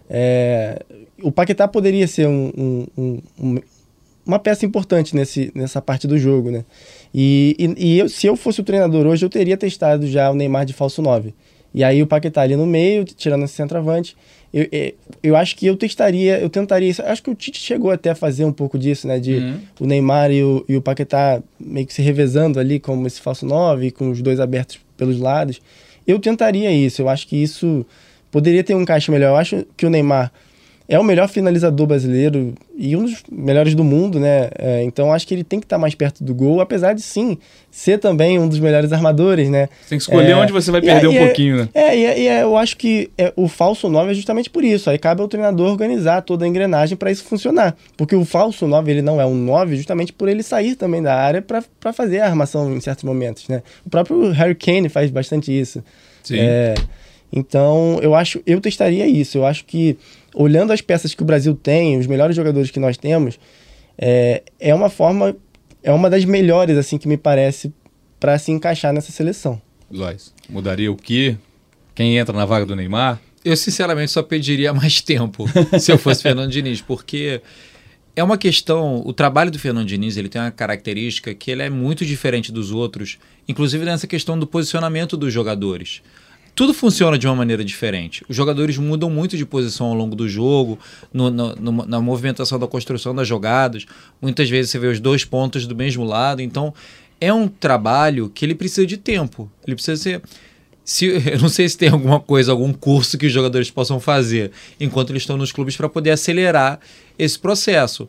É, o Paquetá poderia ser um, um, um, um, uma peça importante nesse, nessa parte do jogo, né? E, e, e eu, se eu fosse o treinador hoje, eu teria testado já o Neymar de falso nove. E aí o Paquetá ali no meio, tirando esse centroavante. Eu, eu, eu acho que eu testaria, eu tentaria isso. Acho que o Tite chegou até a fazer um pouco disso, né? De uhum. o Neymar e o, e o Paquetá meio que se revezando ali como esse falso nove, com os dois abertos pelos lados. Eu tentaria isso, eu acho que isso poderia ter um encaixe melhor. Eu acho que o Neymar é o melhor finalizador brasileiro e um dos melhores do mundo, né? É, então acho que ele tem que estar mais perto do gol, apesar de sim ser também um dos melhores armadores, né? Você tem que escolher é, onde você vai perder é, um é, pouquinho, né? É, e é, é, eu acho que é, o falso nove é justamente por isso. Aí cabe ao treinador organizar toda a engrenagem para isso funcionar. Porque o falso nove, ele não é um nove justamente por ele sair também da área para fazer a armação em certos momentos, né? O próprio Harry Kane faz bastante isso. Sim. É, então, eu acho, eu testaria isso. Eu acho que, olhando as peças que o Brasil tem, os melhores jogadores que nós temos, é, é uma forma, é uma das melhores, assim, que me parece, para se encaixar nessa seleção. Lois, mudaria o quê? Quem entra na vaga do Neymar? Eu, sinceramente, só pediria mais tempo, se eu fosse Fernando Diniz, porque é uma questão, o trabalho do Fernando Diniz, ele tem uma característica que ele é muito diferente dos outros, inclusive nessa questão do posicionamento dos jogadores. Tudo funciona de uma maneira diferente. Os jogadores mudam muito de posição ao longo do jogo, no, no, no, na movimentação da construção das jogadas. Muitas vezes você vê os dois pontos do mesmo lado. Então, é um trabalho que ele precisa de tempo. Ele precisa ser... Se, eu não sei se tem alguma coisa, algum curso que os jogadores possam fazer enquanto eles estão nos clubes para poder acelerar esse processo.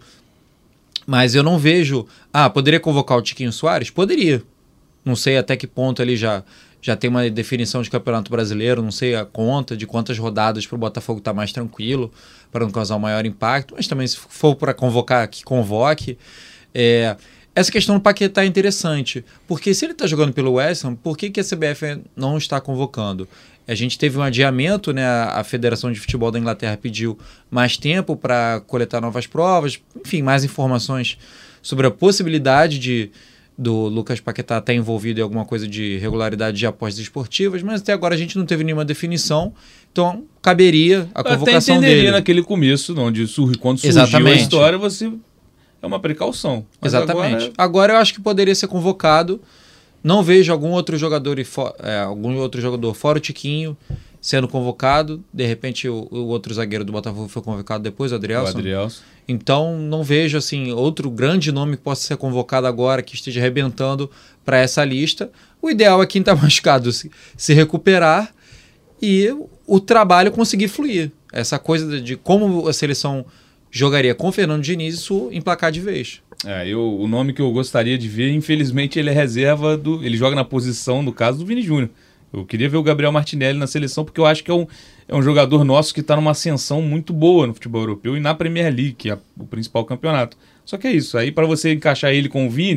Mas eu não vejo... Ah, poderia convocar o Tiquinho Soares? Poderia. Não sei até que ponto ele já... Já tem uma definição de campeonato brasileiro, não sei a conta de quantas rodadas para o Botafogo estar mais tranquilo, para não causar um maior impacto, mas também se for para convocar, que convoque. É, essa questão do Paquetá é interessante, porque se ele está jogando pelo West Ham, por que, que a C B F não está convocando? A gente teve um adiamento, né? A Federação de Futebol da Inglaterra pediu mais tempo para coletar novas provas, enfim, mais informações sobre a possibilidade de... do Lucas Paquetá estar envolvido em alguma coisa de irregularidade de apostas esportivas, mas até agora a gente não teve nenhuma definição, então caberia a convocação até entenderia dele. naquele começo, onde surge, quando surgiu Exatamente. a história, você é uma precaução. Mas Exatamente. Agora... agora eu acho que poderia ser convocado. Não vejo algum outro jogador, é, algum outro jogador fora o Tiquinho sendo convocado. De repente o, o outro zagueiro do Botafogo foi convocado depois, o Adrielson. O Adrielson. Então não vejo assim outro grande nome que possa ser convocado agora, que esteja arrebentando para essa lista. O ideal é quem está machucado se, se recuperar e o trabalho conseguir fluir. Essa coisa de, de como a seleção jogaria com o Fernando Diniz, isso emplacar de vez. É, eu, o nome que eu gostaria de ver, infelizmente, ele é reserva do. Ele joga na posição, no caso, do Vini Júnior. Eu queria ver o Gabriel Martinelli na seleção, porque eu acho que é um, é um jogador nosso que está numa ascensão muito boa no futebol europeu e na Premier League, que é o principal campeonato. Só que é isso, aí para você encaixar ele com o Vini,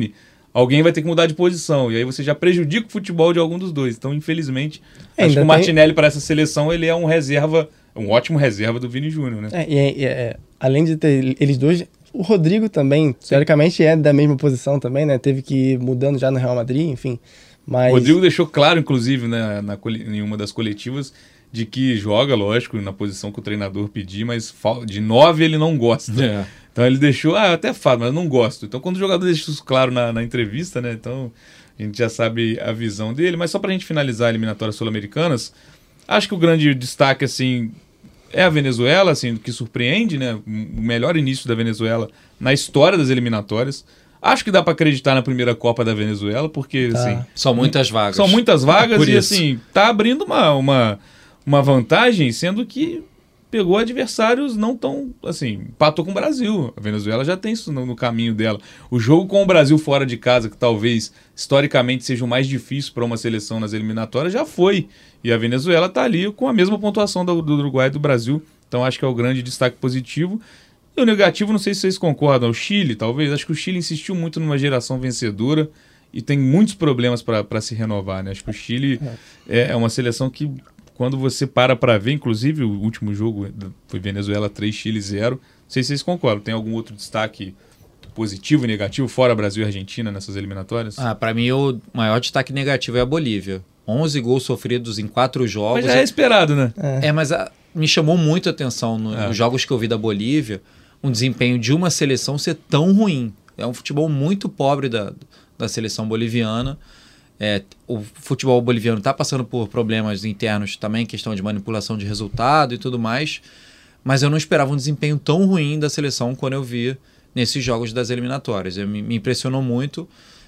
alguém vai ter que mudar de posição. E aí você já prejudica o futebol de algum dos dois. Então, infelizmente, É, acho que ainda o tem- Martinelli para essa seleção, ele é um reserva, um ótimo reserva do Vini Júnior, né? É, e é- e é- além de ter eles dois, o Rodrigo também, teoricamente, é da mesma posição também, né? Teve que ir mudando já no Real Madrid, enfim. Mas O Rodrigo deixou claro, inclusive, né, na, cole- em uma das coletivas, de que joga, lógico, na posição que o treinador pedir, mas fal- de nove ele não gosta. É. Então ele deixou, ah, eu até falo, mas eu não gosto. Então quando o jogador deixa isso claro na, na entrevista, né, então a gente já sabe a visão dele. Mas só pra gente finalizar a eliminatórias sul-americanas, acho que o grande destaque, assim, é a Venezuela, assim, que surpreende, né, o melhor início da Venezuela na história das eliminatórias. Acho que dá pra acreditar na primeira Copa da Venezuela, porque, Tá. assim, São muitas vagas. são muitas vagas Por e, isso. assim, tá abrindo uma, uma, uma vantagem, sendo que pegou adversários não tão, assim, empatou com o Brasil. A Venezuela já tem isso no, no caminho dela. O jogo com o Brasil fora de casa, que talvez historicamente seja o mais difícil para uma seleção nas eliminatórias, já foi. E a Venezuela tá ali com a mesma pontuação do, do Uruguai e do Brasil. Então acho que é o grande destaque positivo. E o negativo, não sei se vocês concordam, o Chile, talvez. Acho que o Chile insistiu muito numa geração vencedora e tem muitos problemas para se renovar, né? Acho que o Chile é, é uma seleção que, quando você para para ver, inclusive o último jogo foi Venezuela três, Chile zero. Não sei se vocês concordam. Tem algum outro destaque positivo e negativo, fora Brasil e Argentina, nessas eliminatórias? Ah, para mim, o maior destaque negativo é a Bolívia. onze gols sofridos em quatro jogos. Mas já é esperado, né? É, mas a- me chamou muito a atenção no- É. nos jogos que eu vi da Bolívia, um desempenho de uma seleção ser tão ruim. É um futebol muito pobre da, da seleção boliviana. É, o futebol boliviano está passando por problemas internos também, questão de manipulação de resultado e tudo mais, mas eu não esperava um desempenho tão ruim da seleção quando eu vi nesses jogos das eliminatórias. Eu, me, me impressionou muito.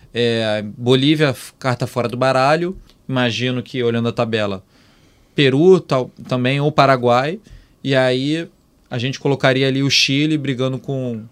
É, Bolívia, carta fora do baralho. Imagino que, olhando a tabela, Peru tal, também, ou Paraguai, e aí a gente colocaria ali o Chile brigando com,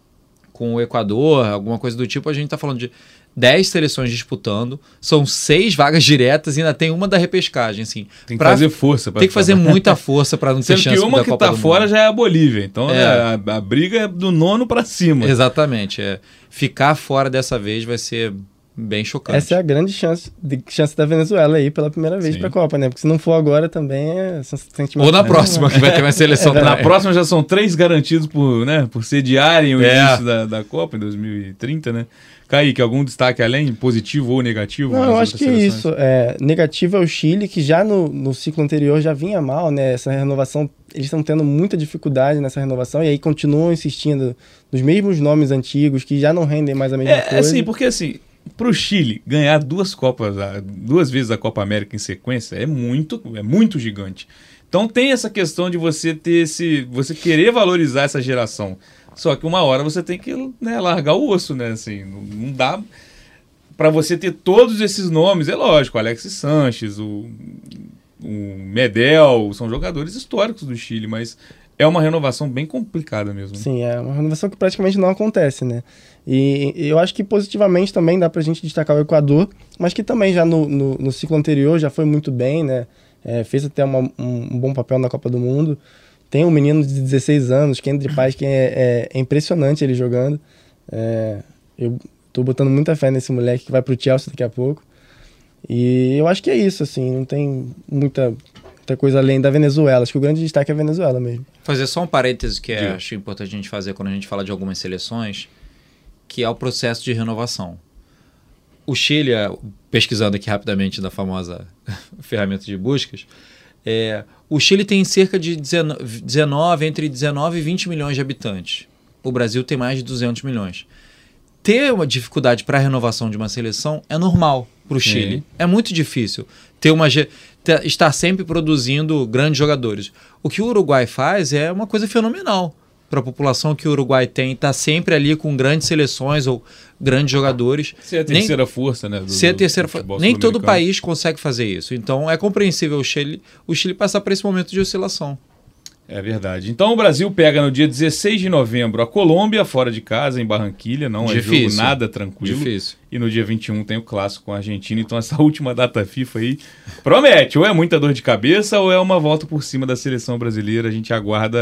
com o Equador, alguma coisa do tipo. A gente está falando de dez seleções disputando, são seis vagas diretas e ainda tem uma da repescagem. Assim, Tem que pra- fazer força. pra tem que fazer falar. muita força para não ter Sendo chance que uma da que Copa tá do fora Mundo. já é a Bolívia. Então É. é, a, a briga é do nono para cima. Exatamente. É. Ficar fora dessa vez vai ser bem chocante. essa é a grande chance, de, chance da Venezuela aí pela primeira vez Sim. pra Copa, né? Porque se não for agora também é são sentimentos. Ou na próxima, que vai ter uma seleção Na também. próxima já são três garantidos por, né, por sediarem o É. início da, da Copa em dois mil e trinta, né? Kaique, algum destaque além, positivo ou negativo? Não, nas eu outras acho que é seleções? isso. É, negativo é o Chile, que já no, no ciclo anterior já vinha mal, né? Essa renovação, eles estão tendo muita dificuldade nessa renovação e aí continuam insistindo nos mesmos nomes antigos que já não rendem mais a mesma É, coisa. assim, porque assim, pro Chile ganhar duas Copas, a- duas vezes a Copa América em sequência é muito, é muito gigante. Então tem essa questão de você ter esse, você querer valorizar essa geração. Só que uma hora você tem que, né, largar o osso, né? Assim, não, não dá para você ter todos esses nomes. É lógico, o Alexis Sanches, o, o Medel, são jogadores históricos do Chile, mas é uma renovação bem complicada mesmo. Sim, é uma renovação que praticamente não acontece, né? E, e eu acho que positivamente também dá pra gente destacar o Equador, mas que também já no, no, no ciclo anterior já foi muito bem, né? É, fez até uma, um, um bom papel na Copa do Mundo. Tem um menino de dezesseis anos, Kendry Paz, que é, é, é impressionante ele jogando. É, eu tô botando muita fé nesse moleque que vai pro Chelsea daqui a pouco. E eu acho que é isso, assim, não tem muita, muita coisa além da Venezuela. Acho que o grande destaque é a Venezuela mesmo. Fazer só um parêntese que é, Diga. acho importante a gente fazer quando a gente fala de algumas seleções, que é o processo de renovação. O Chile, é, pesquisando aqui rapidamente da famosa ferramenta de buscas, é, o Chile tem cerca de dezenove, entre dezenove e vinte milhões de habitantes. O Brasil tem mais de duzentos milhões. Ter uma dificuldade para a renovação de uma seleção é normal para o Sim. Chile. É muito difícil ter uma, ge- ter- estar sempre produzindo grandes jogadores. O que o Uruguai faz é uma coisa fenomenal para a população que o Uruguai tem. Está sempre ali com grandes seleções ou grandes jogadores. Ser a Nem- terceira força, né? do- ser a do terceira fo- futebol Nem todo sul-americano. país consegue fazer isso. Então é compreensível o Chile, o Chile passar por esse momento de oscilação. É verdade. Então o Brasil pega no dia dezesseis de novembro a Colômbia, fora de casa, em Barranquilha. Não é jogo Difícil. nada tranquilo. Difícil. E no dia vinte e um tem o clássico com a Argentina. Então essa última data FIFA aí promete. Ou é muita dor de cabeça ou é uma volta por cima da seleção brasileira. A gente aguarda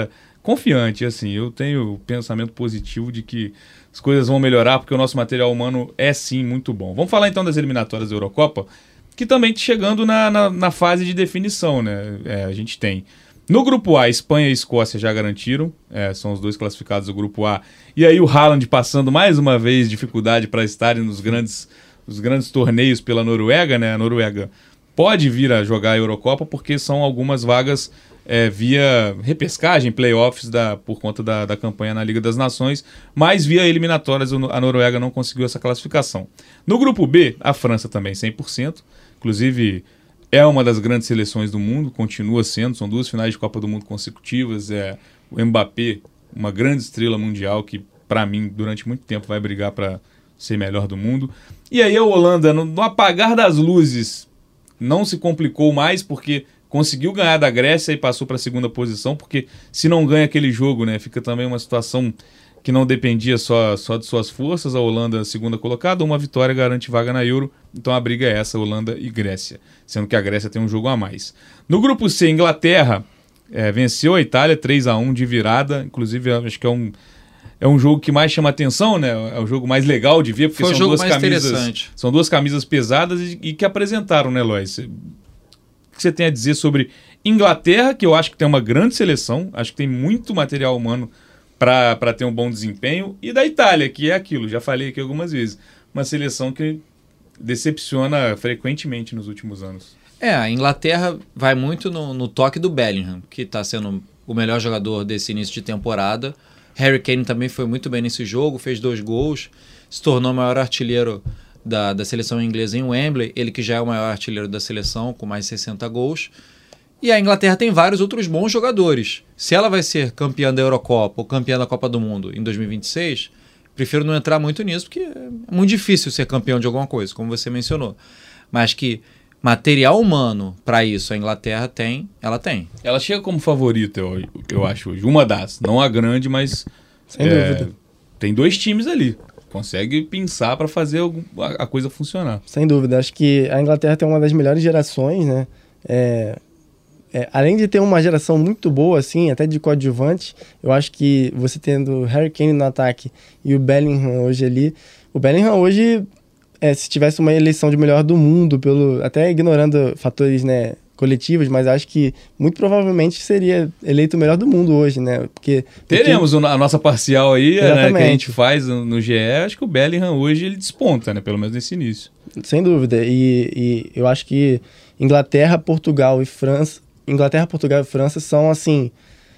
confiante, assim, eu tenho o pensamento positivo de que as coisas vão melhorar, porque o nosso material humano é sim muito bom. Vamos falar então das eliminatórias da Eurocopa, que também chegando na, na, na fase de definição, né? É, a gente tem no grupo A, Espanha e Escócia já garantiram, é, são os dois classificados do grupo A, e aí o Haaland passando mais uma vez dificuldade para estarem nos grandes, nos grandes torneios pela Noruega, né? A Noruega pode vir a jogar a Eurocopa porque são algumas vagas é, via repescagem, playoffs da, por conta da, da campanha na Liga das Nações, mas via eliminatórias a Noruega não conseguiu essa classificação. No grupo B, a França também cem por cento, inclusive é uma das grandes seleções do mundo, continua sendo, são duas finais de Copa do Mundo consecutivas, é, o Mbappé, uma grande estrela mundial que para mim durante muito tempo vai brigar para ser melhor do mundo. E aí a Holanda, no, no apagar das luzes, não se complicou mais porque conseguiu ganhar da Grécia e passou para a segunda posição, porque se não ganha aquele jogo, né, fica também uma situação que não dependia só, só de suas forças. A Holanda segunda colocada, uma vitória garante vaga na Euro, então a briga é essa, Holanda e Grécia, sendo que a Grécia tem um jogo a mais. No grupo C, Inglaterra é, venceu a Itália três a um de virada, inclusive acho que é um, é um jogo que mais chama atenção, né? É o jogo mais legal de ver, porque Foi são, jogo duas mais camisas, interessante. são duas camisas pesadas e, e que apresentaram, né, Lois? O que você tem a dizer sobre Inglaterra, que eu acho que tem uma grande seleção, acho que tem muito material humano para ter um bom desempenho, e da Itália, que é aquilo, já falei aqui algumas vezes, uma seleção que decepciona frequentemente nos últimos anos. É, a Inglaterra vai muito no, no toque do Bellingham, que está sendo o melhor jogador desse início de temporada. Harry Kane também foi muito bem nesse jogo, fez dois gols, se tornou o maior artilheiro da, da seleção inglesa em Wembley, ele que já é o maior artilheiro da seleção, com mais de sessenta gols. E a Inglaterra tem vários outros bons jogadores. Se ela vai ser campeã da Eurocopa ou campeã da Copa do Mundo em dois mil e vinte e seis, prefiro não entrar muito nisso, porque é muito difícil ser campeão de alguma coisa, como você mencionou. Mas que material humano para isso a Inglaterra tem, ela tem. Ela chega como favorita, eu, eu acho hoje. Uma das, não a grande, mas sem é, dúvida. Tem dois times ali. Consegue pensar para fazer a, a coisa funcionar. Sem dúvida. Acho que a Inglaterra tem uma das melhores gerações, né? É, é, além de ter uma geração muito boa, assim, até de coadjuvante, eu acho que você tendo Harry Kane no ataque e o Bellingham hoje ali... O Bellingham hoje, é, se tivesse uma eleição de melhor do mundo, pelo, até ignorando fatores, né, coletivos, mas acho que muito provavelmente seria eleito o melhor do mundo hoje, né? Porque, teremos porque... a nossa parcial aí, né, que a gente faz no G E, acho que o Bellingham hoje ele desponta, né? Pelo menos nesse início. Sem dúvida. E, e eu acho que Inglaterra, Portugal e França, Inglaterra, Portugal e França são, assim,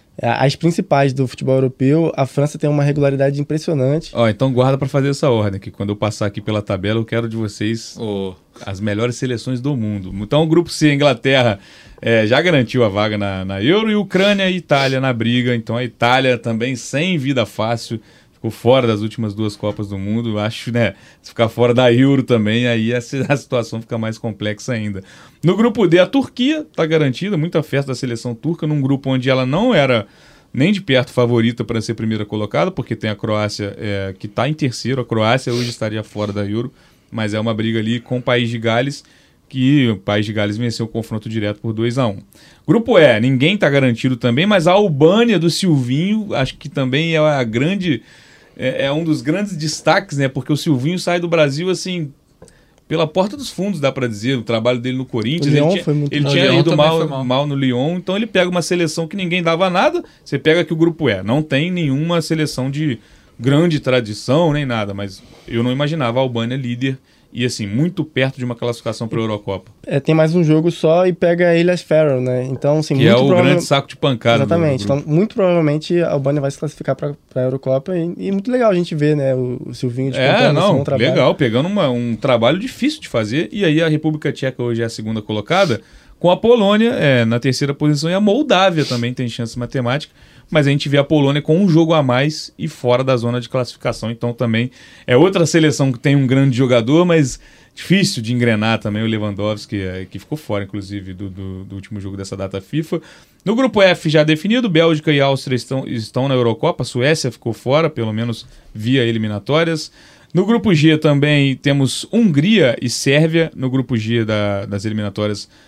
as principais do futebol europeu. A França tem uma regularidade impressionante. Ó, então guarda para fazer essa ordem, que quando eu passar aqui pela tabela, eu quero de vocês oh. as melhores seleções do mundo. Então o grupo C, Inglaterra, é, já garantiu a vaga na, na Euro, e Ucrânia e Itália na briga. Então a Itália também sem vida fácil, ficou fora das últimas duas Copas do Mundo. Acho, né, se ficar fora da Euro também, aí a, a situação fica mais complexa ainda. No grupo D, a Turquia está garantida, muita festa da seleção turca, num grupo onde ela não era nem de perto favorita para ser primeira colocada, porque tem a Croácia, é, que está em terceiro. A Croácia hoje estaria fora da Euro, mas é uma briga ali com o País de Gales, que o País de Gales venceu o confronto direto por dois a um. Grupo E, ninguém está garantido também, mas a Albânia do Silvinho, acho que também é a grande... É, é um dos grandes destaques, né? Porque o Silvinho sai do Brasil, assim, pela porta dos fundos, dá para dizer. O trabalho dele no Corinthians, Lyon ele tinha, foi muito ele mal. tinha Lyon ido mal, mal. mal no Lyon, então ele pega uma seleção que ninguém dava nada. Você pega que o grupo E não tem nenhuma seleção de grande tradição, nem nada, mas eu não imaginava a Albânia líder e, assim, muito perto de uma classificação para a Eurocopa. É, tem mais um jogo só e pega a Ilhas Faroe, né? Então, assim, que muito é o prova... grande saco de pancada. Exatamente. Então, muito provavelmente a Albânia vai se classificar para a Eurocopa e, e muito legal a gente ver, né, o, o Silvinho de É, não, um trabalho. legal, pegando uma, um trabalho difícil de fazer. E aí a República Tcheca hoje é a segunda colocada, com a Polônia é, na terceira posição, e a Moldávia também tem chance matemática. Mas a gente vê a Polônia com um jogo a mais e fora da zona de classificação. Então também é outra seleção que tem um grande jogador, mas difícil de engrenar também, o Lewandowski, que ficou fora, inclusive, do, do, do último jogo dessa data FIFA. No grupo F já definido, Bélgica e Áustria estão, estão na Eurocopa, a Suécia ficou fora, pelo menos via eliminatórias. No grupo G também temos Hungria e Sérvia. No grupo G da, das eliminatórias,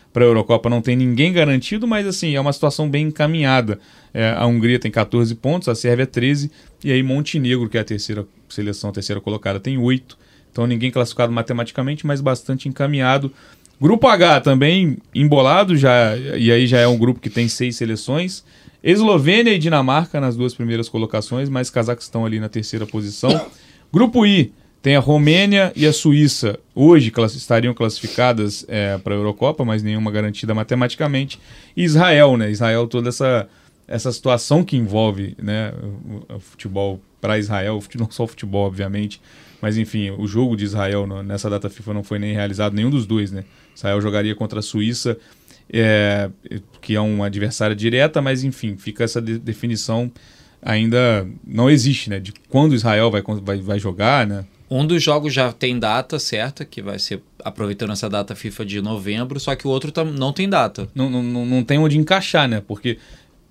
para a Eurocopa não tem ninguém garantido, mas assim, é uma situação bem encaminhada. É, a Hungria tem catorze pontos, a Sérvia treze, e aí Montenegro, que é a terceira seleção, a terceira colocada, tem oito. Então ninguém classificado matematicamente, mas bastante encaminhado. Grupo H também embolado, já, e aí já é um grupo que tem seis seleções. Eslovênia e Dinamarca nas duas primeiras colocações, mas Cazaquistão ali na terceira posição. Grupo I tem a Romênia e a Suíça. Hoje class- estariam classificadas é, para a Eurocopa, mas nenhuma garantida matematicamente. E Israel, né? Israel, toda essa, essa situação que envolve, né, o, o futebol para Israel, não só o futebol, obviamente, mas enfim, o jogo de Israel no, nessa data FIFA não foi nem realizado, nenhum dos dois, né? Israel jogaria contra a Suíça, é, que é uma adversária direta, mas enfim, fica essa de- definição ainda não existe, né? De quando Israel vai, vai, vai jogar, né? Um dos jogos já tem data certa, que vai ser aproveitando essa data FIFA de novembro, só que o outro tam- não tem data. Não, não, não não tem onde encaixar, né? Porque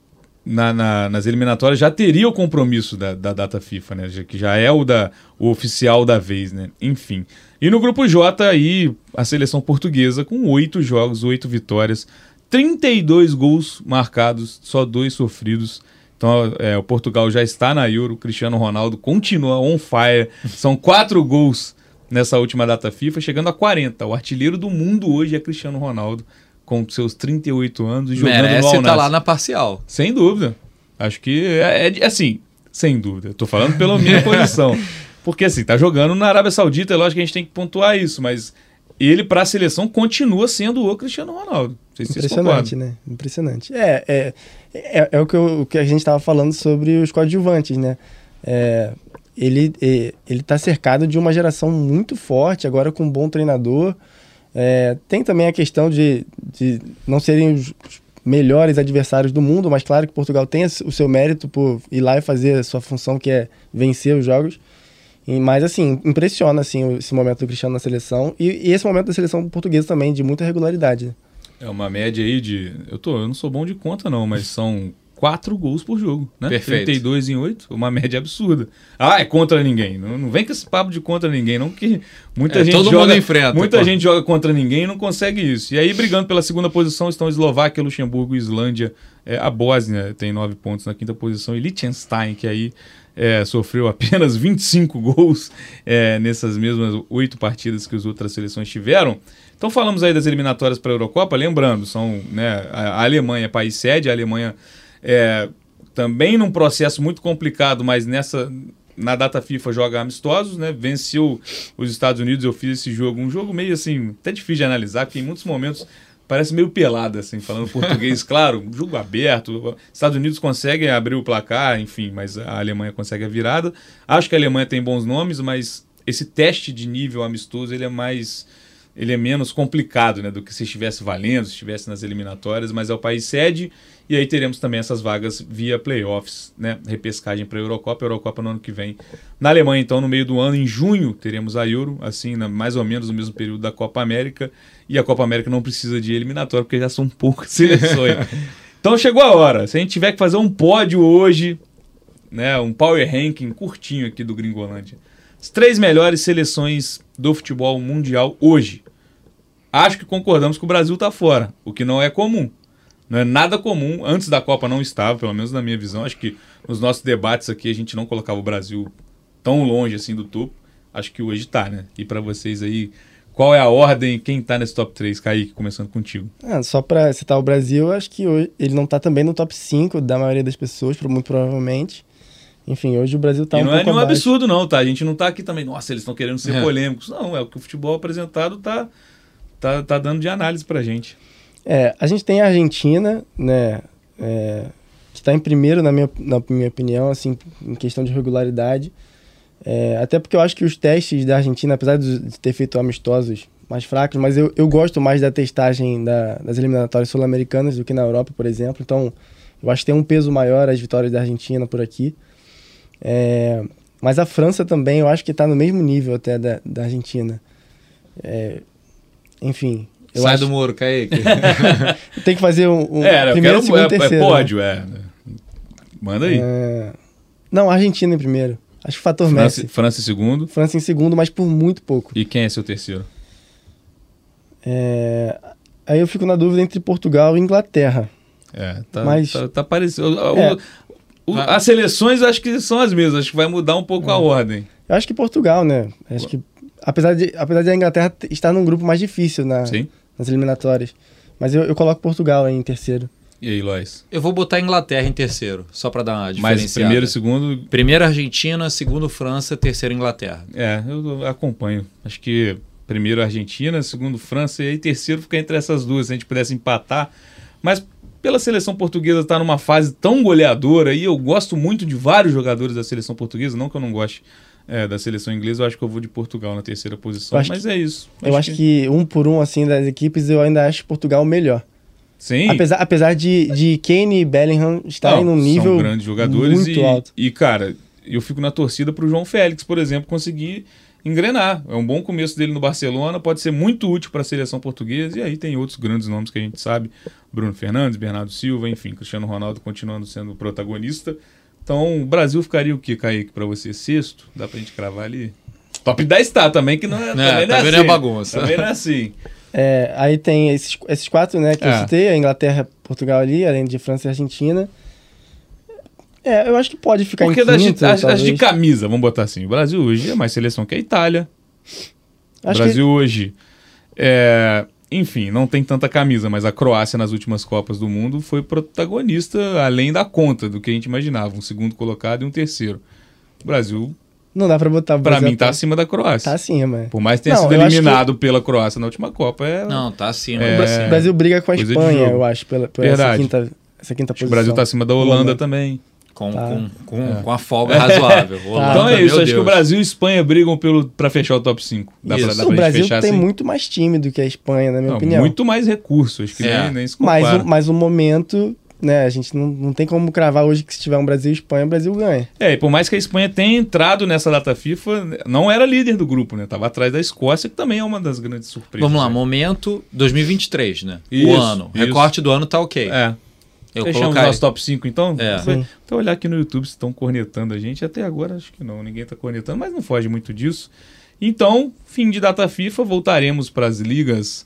na, na- nas eliminatórias já teria o compromisso da, da data FIFA, né? Já, que já é o, da, o oficial da vez, né? Enfim. E no grupo J, aí, a seleção portuguesa com oito jogos, oito vitórias, trinta e dois gols marcados, só dois sofridos. Então, é, o Portugal já está na Euro, o Cristiano Ronaldo continua on fire. São quatro gols nessa última data FIFA, chegando a quarenta. O artilheiro do mundo hoje é Cristiano Ronaldo, com seus trinta e oito anos, e jogando no Merece Al estar lá Nassr. na parcial. Sem dúvida. Acho que é, é assim, sem dúvida. Tô falando pela minha posição. Porque assim, tá jogando na Arábia Saudita, é lógico que a gente tem que pontuar isso, mas ele para a seleção continua sendo o Cristiano Ronaldo. Não sei se vocês Impressionante, concordam. né? Impressionante. É, é, é, é o, que eu- o que a gente estava falando sobre os coadjuvantes, né? É, ele é, ele está cercado de uma geração muito forte, agora com um bom treinador. É, tem também a questão de, de não serem os os melhores adversários do mundo, mas claro que Portugal tem o seu mérito por ir lá e fazer a sua função, que é vencer os jogos. E, mas, assim, impressiona assim, esse momento do Cristiano na seleção e, e esse momento da seleção portuguesa também, de muita regularidade, né? É uma média aí de. Eu, tô, eu não sou bom de conta, não, mas são quatro gols por jogo, né? Perfeito. trinta e dois em oito, uma média absurda. Ah, é contra ninguém. Não, não vem com esse papo de contra ninguém, não, que muita É, gente todo joga. mundo enfrenta, Muita pô. gente joga contra ninguém e não consegue isso. E aí, brigando pela segunda posição, estão Eslováquia, Luxemburgo, Islândia. É, a Bósnia tem nove pontos na quinta posição. E Liechtenstein, que aí é, sofreu apenas vinte e cinco gols é, nessas mesmas oito partidas que as outras seleções tiveram. Então falamos aí das eliminatórias para a Eurocopa, lembrando, são, né, a a Alemanha, país sede, a Alemanha é, também num processo muito complicado, mas nessa, na data FIFA joga amistosos, né, venceu os Estados Unidos. Eu fiz esse jogo, um jogo meio assim, até difícil de analisar, porque em muitos momentos parece meio pelado, assim, falando português, claro, um jogo aberto, Estados Unidos consegue abrir o placar, enfim, mas a Alemanha consegue a virada. Acho que a Alemanha tem bons nomes, mas esse teste de nível amistoso, ele é mais... ele é menos complicado, né, do que se estivesse valendo, se estivesse nas eliminatórias, mas é o país sede, e aí teremos também essas vagas via playoffs, né, repescagem para a Eurocopa, a Eurocopa no ano que vem. Na Alemanha, então, no meio do ano, em junho, teremos a Euro, assim, na, mais ou menos no mesmo período da Copa América, e a Copa América não precisa de eliminatória, porque já são poucas seleções. Então chegou a hora, se a gente tiver que fazer um pódio hoje, né, um power ranking curtinho aqui do Gringolândia, as três melhores seleções do futebol mundial hoje. Acho que concordamos que o Brasil está fora, o que não é comum. Não é nada comum. Antes da Copa não estava, pelo menos na minha visão. Acho que nos nossos debates aqui a gente não colocava o Brasil tão longe assim do topo. Acho que hoje está, né? E para vocês aí, qual é a ordem? Quem está nesse top três? Kaique, começando contigo. Ah, só para citar o Brasil, acho que hoje ele não está também no top cinco da maioria das pessoas, muito provavelmente. Enfim, hoje o Brasil está um e não pouco é nenhum abaixo. absurdo não, tá? A gente não está aqui também, nossa, eles estão querendo ser É. polêmicos. Não, é o que o futebol apresentado tá, tá, tá dando de análise pra gente. É, a gente tem a Argentina, né, é, que está em primeiro, na minha, na minha opinião, assim, em questão de regularidade. É, até porque eu acho que os testes da Argentina, apesar de, de ter feito amistosos mais fracos, mas eu, eu gosto mais da testagem da, das eliminatórias sul-americanas do que na Europa, por exemplo. Então, eu acho que tem um peso maior as vitórias da Argentina por aqui. É, mas a França também, eu acho que está no mesmo nível até da, da Argentina. É, enfim... Eu Sai acho... do muro, Kaique. Tem que fazer um, um É, eu primeiro, quero segundo, é, terceiro. é pódio, é. Manda aí. É... Não, Argentina em primeiro. Acho que o fator França, Messi. França em segundo. França em segundo, mas por muito pouco. E quem é seu terceiro? É... Aí eu fico na dúvida entre Portugal e Inglaterra. É, tá, Mas- tá, tá parecido. O- É. o- o- as seleções acho que são as mesmas, acho que vai mudar um pouco É. a ordem. Eu acho que Portugal, né? Acho que, apesar de, apesar de a Inglaterra t- estar num grupo mais difícil na, Sim. nas eliminatórias. Mas eu, eu coloco Portugal aí em terceiro. E aí, Lois? Eu vou botar a Inglaterra em terceiro, só para dar uma Mas diferenciada. primeiro e segundo, Primeiro Argentina, segundo França, terceiro Inglaterra. é, eu acompanho. Acho que primeiro Argentina, segundo França e aí terceiro fica entre essas duas, se a gente pudesse empatar. Mas pela seleção portuguesa estar numa fase tão goleadora e eu gosto muito de vários jogadores da seleção portuguesa, não que eu não goste é, da seleção inglesa, eu acho que eu vou de Portugal na terceira posição. Eu acho Mas que- é isso. Eu acho que um por um, assim, das equipes, eu ainda acho Portugal melhor. Sim. Apesar, apesar de, de Kane e Bellingham estarem Não, num nível são grandes jogadores muito e, alto. e, cara, eu fico na torcida pro João Félix, por exemplo, conseguir engrenar. É um bom começo dele no Barcelona, pode ser muito útil para a seleção portuguesa e aí tem outros grandes nomes que a gente sabe, Bruno Fernandes, Bernardo Silva, enfim, Cristiano Ronaldo continuando sendo o protagonista. Então, o Brasil ficaria o quê, Kaique, para você? Sexto? Dá pra gente cravar ali? Top dez tá também, que não é, também não é também assim. não é bagunça. Também não é assim. É, aí tem esses, esses quatro, né, que eu É. citei, a Inglaterra, Portugal ali, além de França e Argentina. É, eu acho que pode ficar Porque em das de, quinto, as, as de talvez. camisa, vamos botar assim, o Brasil hoje é mais seleção que a Itália. O Acho Brasil hoje, é, enfim, não tem tanta camisa, mas a Croácia nas últimas Copas do Mundo foi protagonista além da conta do que a gente imaginava, um segundo colocado e um terceiro. O Brasil, que não dá pra botar o pra Brasil mim, tá atrás. acima da Croácia. Tá acima. Por mais que tenha Não, sido eu acho eliminado pela Croácia na última Copa, é, Não, tá acima. É, O Bra- o Brasil briga com a coisa de Espanha, jogo. eu acho, pela, pela essa Verdade. quinta, essa quinta acho que posição. o Brasil tá acima da Holanda Holanda. também. Com, Tá. com, com, com a folga razoável. Holanda, Então é meu isso, acho Deus. que o Brasil e Espanha brigam pelo, pra fechar o top cinco. Dá pra, Isso. dá pra O gente Brasil fechar tem assim? muito mais time do que a Espanha, na minha Não, opinião. muito mais recursos, acho que É. nem, nem se Mas, compara. o- mas o momento, né, a gente não, não tem como cravar hoje que se tiver um Brasil e Espanha, o Brasil ganha. É, e por mais que a Espanha tenha entrado nessa data FIFA, não era líder do grupo, né? Tava atrás da Escócia, que também é uma das grandes surpresas. Vamos lá, né? momento dois mil e vinte e três, né? Isso, o ano. isso. Recorte do ano tá ok. É. Eu Fechamos colocar nosso top cinco, então? É. Foi- Sim. Até olhar aqui no YouTube se estão cornetando a gente. Até agora acho que não, ninguém está cornetando, mas não foge muito disso. Então, fim de data FIFA, voltaremos para as ligas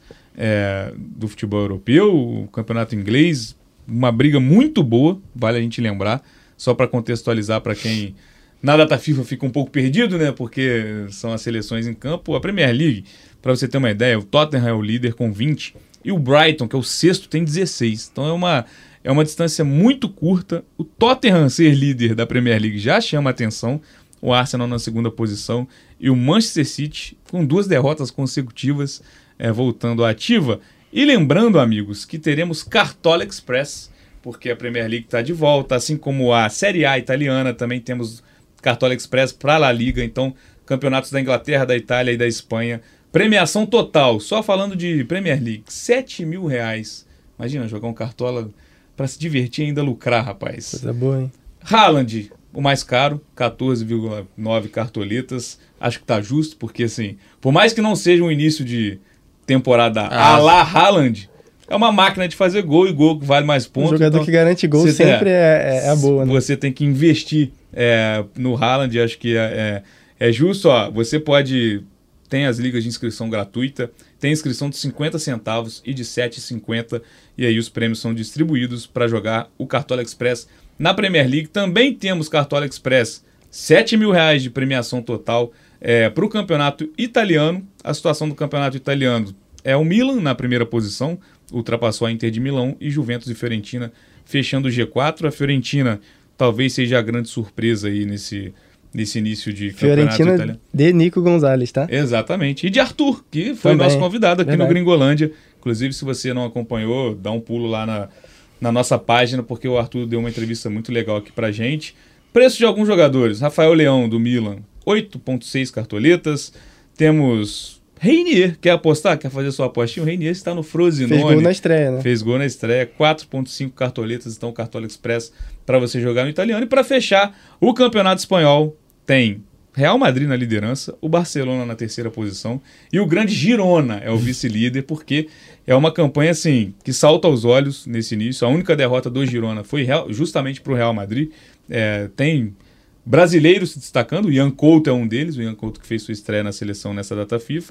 é, do futebol europeu, o campeonato inglês, uma briga muito boa, vale a gente lembrar, só para contextualizar para quem na data FIFA fica um pouco perdido, né? Porque são as seleções em campo. A Premier League, para você ter uma ideia, o Tottenham é o líder com vinte e o Brighton, que é o sexto, tem dezesseis. Então é uma, é uma distância muito curta. O Tottenham ser líder da Premier League já chama atenção. O Arsenal na segunda posição e o Manchester City com duas derrotas consecutivas é, voltando à ativa. E lembrando, amigos, que teremos Cartola Express, porque a Premier League está de volta, assim como a Série A italiana, também temos Cartola Express para a La Liga, então campeonatos da Inglaterra, da Itália e da Espanha. Premiação total, só falando de Premier League, sete mil reais. Imagina jogar um Cartola para se divertir e ainda lucrar, rapaz. Coisa boa, hein? Haaland, o mais caro, quatorze vírgula nove cartoletas. Acho que tá justo, porque assim, por mais que não seja um início de temporada Ah, a la Haaland, é uma máquina de fazer gol e gol que vale mais Um pontos. jogador então que garante gol você sempre é, é, é a boa, né? Você tem que investir é, no Haaland, acho que é, é, é justo. Ó, você pode... Tem as ligas de inscrição gratuita, tem inscrição de cinquenta centavos e de sete reais e cinquenta centavos, e aí os prêmios são distribuídos para jogar o Cartola Express na Premier League. Também temos Cartola Express, sete mil reais de premiação total é, para o campeonato italiano. A situação do campeonato italiano é o Milan na primeira posição, ultrapassou a Inter de Milão, e Juventus e Fiorentina fechando o G quatro. A Fiorentina talvez seja a grande surpresa aí nesse, nesse início de campeonato Fiorentina italiano. de Nico Gonzalez, tá? Exatamente. E de Arthur, que foi Também. nosso convidado aqui Verdade. no Gringolândia. Inclusive, se você não acompanhou, dá um pulo lá na, na nossa página, porque o Arthur deu uma entrevista muito legal aqui pra gente. Preço de alguns jogadores. Rafael Leão, do Milan, oito vírgula seis cartoletas. Temos Reinier, quer apostar? Quer fazer sua apostinha? O Reinier está no Frosinone. Fez gol na estreia, né? Fez gol na estreia, quatro vírgula cinco cartoletas, então Cartola Express para você jogar no italiano. E para fechar, o Campeonato Espanhol tem Real Madrid na liderança, o Barcelona na terceira posição e o grande Girona é o vice-líder, porque é uma campanha assim que salta aos olhos nesse início. A única derrota do Girona foi real, justamente para o Real Madrid. É, tem brasileiros se destacando, o Ian Couto é um deles, o Ian Couto que fez sua estreia na seleção nessa data FIFA.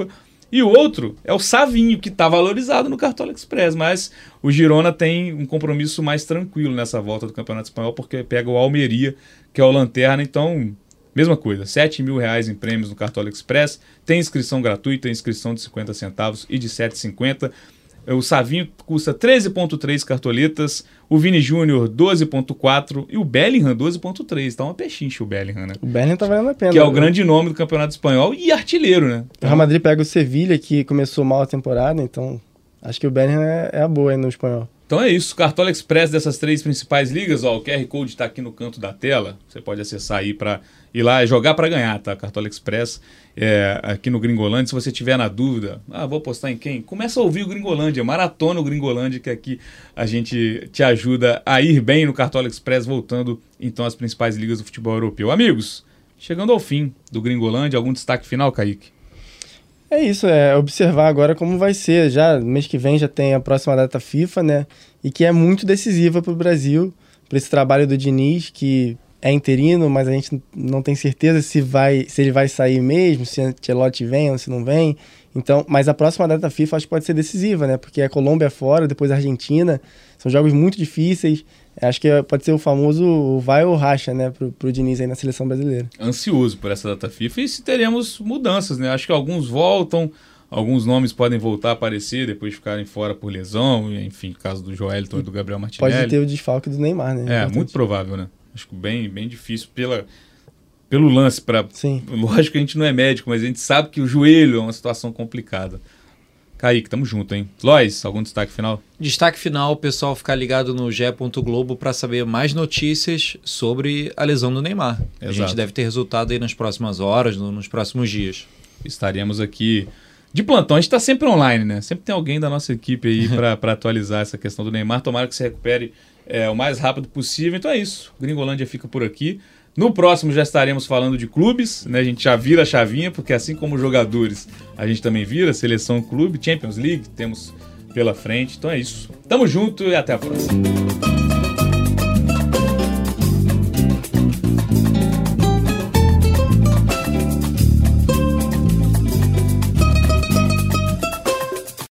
E o outro é o Savinho, que está valorizado no Cartola Express, mas o Girona tem um compromisso mais tranquilo nessa volta do Campeonato Espanhol, porque pega o Almeria, que é o Lanterna, então, mesma coisa, sete mil reais em prêmios no Cartola Express, tem inscrição gratuita, inscrição de cinquenta centavos e de sete reais e cinquenta centavos. O Savinho custa treze vírgula três cartoletas, o Vini Júnior doze vírgula quatro e o Bellingham doze vírgula três. Tá uma pechincha o Bellingham, né? O Bellingham tá valendo a pena. Que é o né? grande nome do Campeonato Espanhol e artilheiro, né? O Real Madrid pega o Sevilha, que começou mal a temporada, então acho que o Bellingham é, é a boa aí no espanhol. Então é isso, Cartola Express dessas três principais ligas, ó, o Q R Code está aqui no canto da tela, você pode acessar aí para ir lá jogar para ganhar, tá? Cartola Express é, aqui no Gringolândia. Se você tiver na dúvida, ah, vou apostar em quem? Começa a ouvir o Gringolândia, maratona o Gringolândia, que aqui a gente te ajuda a ir bem no Cartola Express, voltando então às principais ligas do futebol europeu. Amigos, chegando ao fim do Gringolândia, algum destaque final, Kaique? É isso, é observar agora como vai ser. Já no mês que vem já tem a próxima data FIFA, né? E que é muito decisiva para o Brasil, para esse trabalho do Diniz, que é interino, mas a gente não tem certeza se, vai, se ele vai sair mesmo, se Ancelotti vem ou se não vem. Então, mas a próxima data FIFA acho que pode ser decisiva, né? Porque a Colômbia é fora, depois a Argentina. São jogos muito difíceis. Acho que pode ser o famoso vai ou racha, né, pro, pro Diniz aí na seleção brasileira. Ansioso por essa data FIFA e se teremos mudanças, né? Acho que alguns voltam, alguns nomes podem voltar a aparecer, depois ficarem fora por lesão, enfim, caso do Joelito e do Gabriel Martinelli. Pode ter o desfalque do Neymar, né? É, importante. Muito provável, né? Acho que bem, bem difícil pela, pelo lance. Pra, Sim. Lógico que a gente não é médico, mas a gente sabe que o joelho é uma situação complicada. Kaique, tamo junto, hein? Lois, algum destaque final? Destaque final, o pessoal ficar ligado no G E Globo para saber mais notícias sobre a lesão do Neymar. Exato. A gente deve ter resultado aí nas próximas horas, no, nos próximos dias. Estaremos aqui de plantão. A gente está sempre online, né? Sempre tem alguém da nossa equipe aí para atualizar essa questão do Neymar. Tomara que se recupere é, o mais rápido possível. Então é isso. Gringolândia fica por aqui. No próximo já estaremos falando de clubes, né? A gente já vira a chavinha, porque assim como jogadores, a gente também vira seleção clube, Champions League, temos pela frente. Então é isso. Tamo junto e até a próxima.